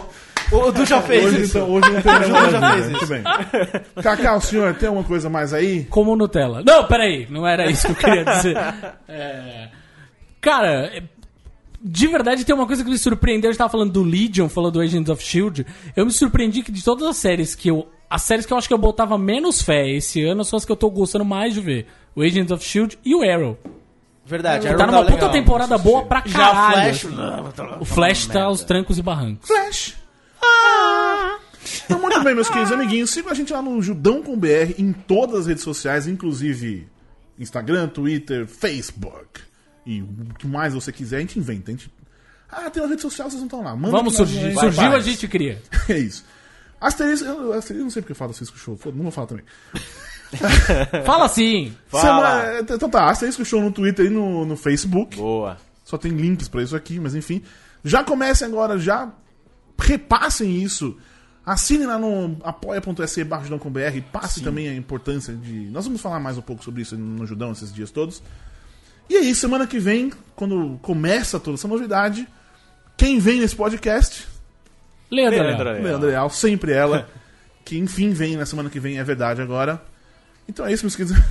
O Du já fez Hoje, isso. então, hoje não tem O João já fez Muito isso. bem. Cacá, o senhor tem alguma coisa mais aí? Como Nutella. Não, peraí, não era isso que eu queria dizer. É, Cara, é, de verdade tem uma coisa que me surpreendeu. A gente tava falando do Legion, falando do Agents of S H I E L D. Eu me surpreendi que de todas as séries que eu... As séries que eu acho que eu botava menos fé esse ano são as que eu tô gostando mais de ver. O Agents of S H I E L D e o Arrow. Verdade. Tá Arrow numa puta legal. temporada boa pra Já caralho. Flash... Não, tá- O Flash uma tá merda. aos trancos e barrancos. Flash. Ah. Então, muito bem, meus queridos amiguinhos. Sigam a gente lá no Judão com B R em todas as redes sociais, inclusive Instagram, Twitter, Facebook. E o que mais você quiser, a gente inventa. A gente... Ah, tem uma rede social, vocês não estão lá. Manda Vamos que nós- surgir. vai, Surgiu, vai. a gente cria. É isso. Asterisco, eu, asterisco, eu não sei porque eu falo Asterisco Show, foda, não vou falar também. Fala assim. Fala. Semana- então tá, Asterisco Show no Twitter e no, no Facebook. Boa. Só tem links pra isso aqui, mas enfim. Já comecem agora, já repassem isso. Assinem lá no apoia.se barra Judão com B R. Passe também a importância de... Nós vamos falar mais um pouco sobre isso no Judão esses dias todos. E aí, semana que vem, quando começa toda essa novidade, quem vem nesse podcast? Leandro. Leandro. Leandro. Leandro Leal, sempre ela. Que enfim vem na semana que vem, é verdade agora. Então é isso, meus queridos.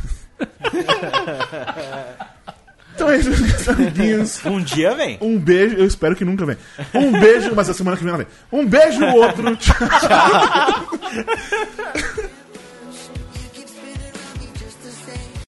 Então é isso, meus queridos amiguinhos. Um dia vem. Um beijo, eu espero que nunca venha. Um beijo, mas a semana que vem ela vem. Um beijo, outro. Tchau.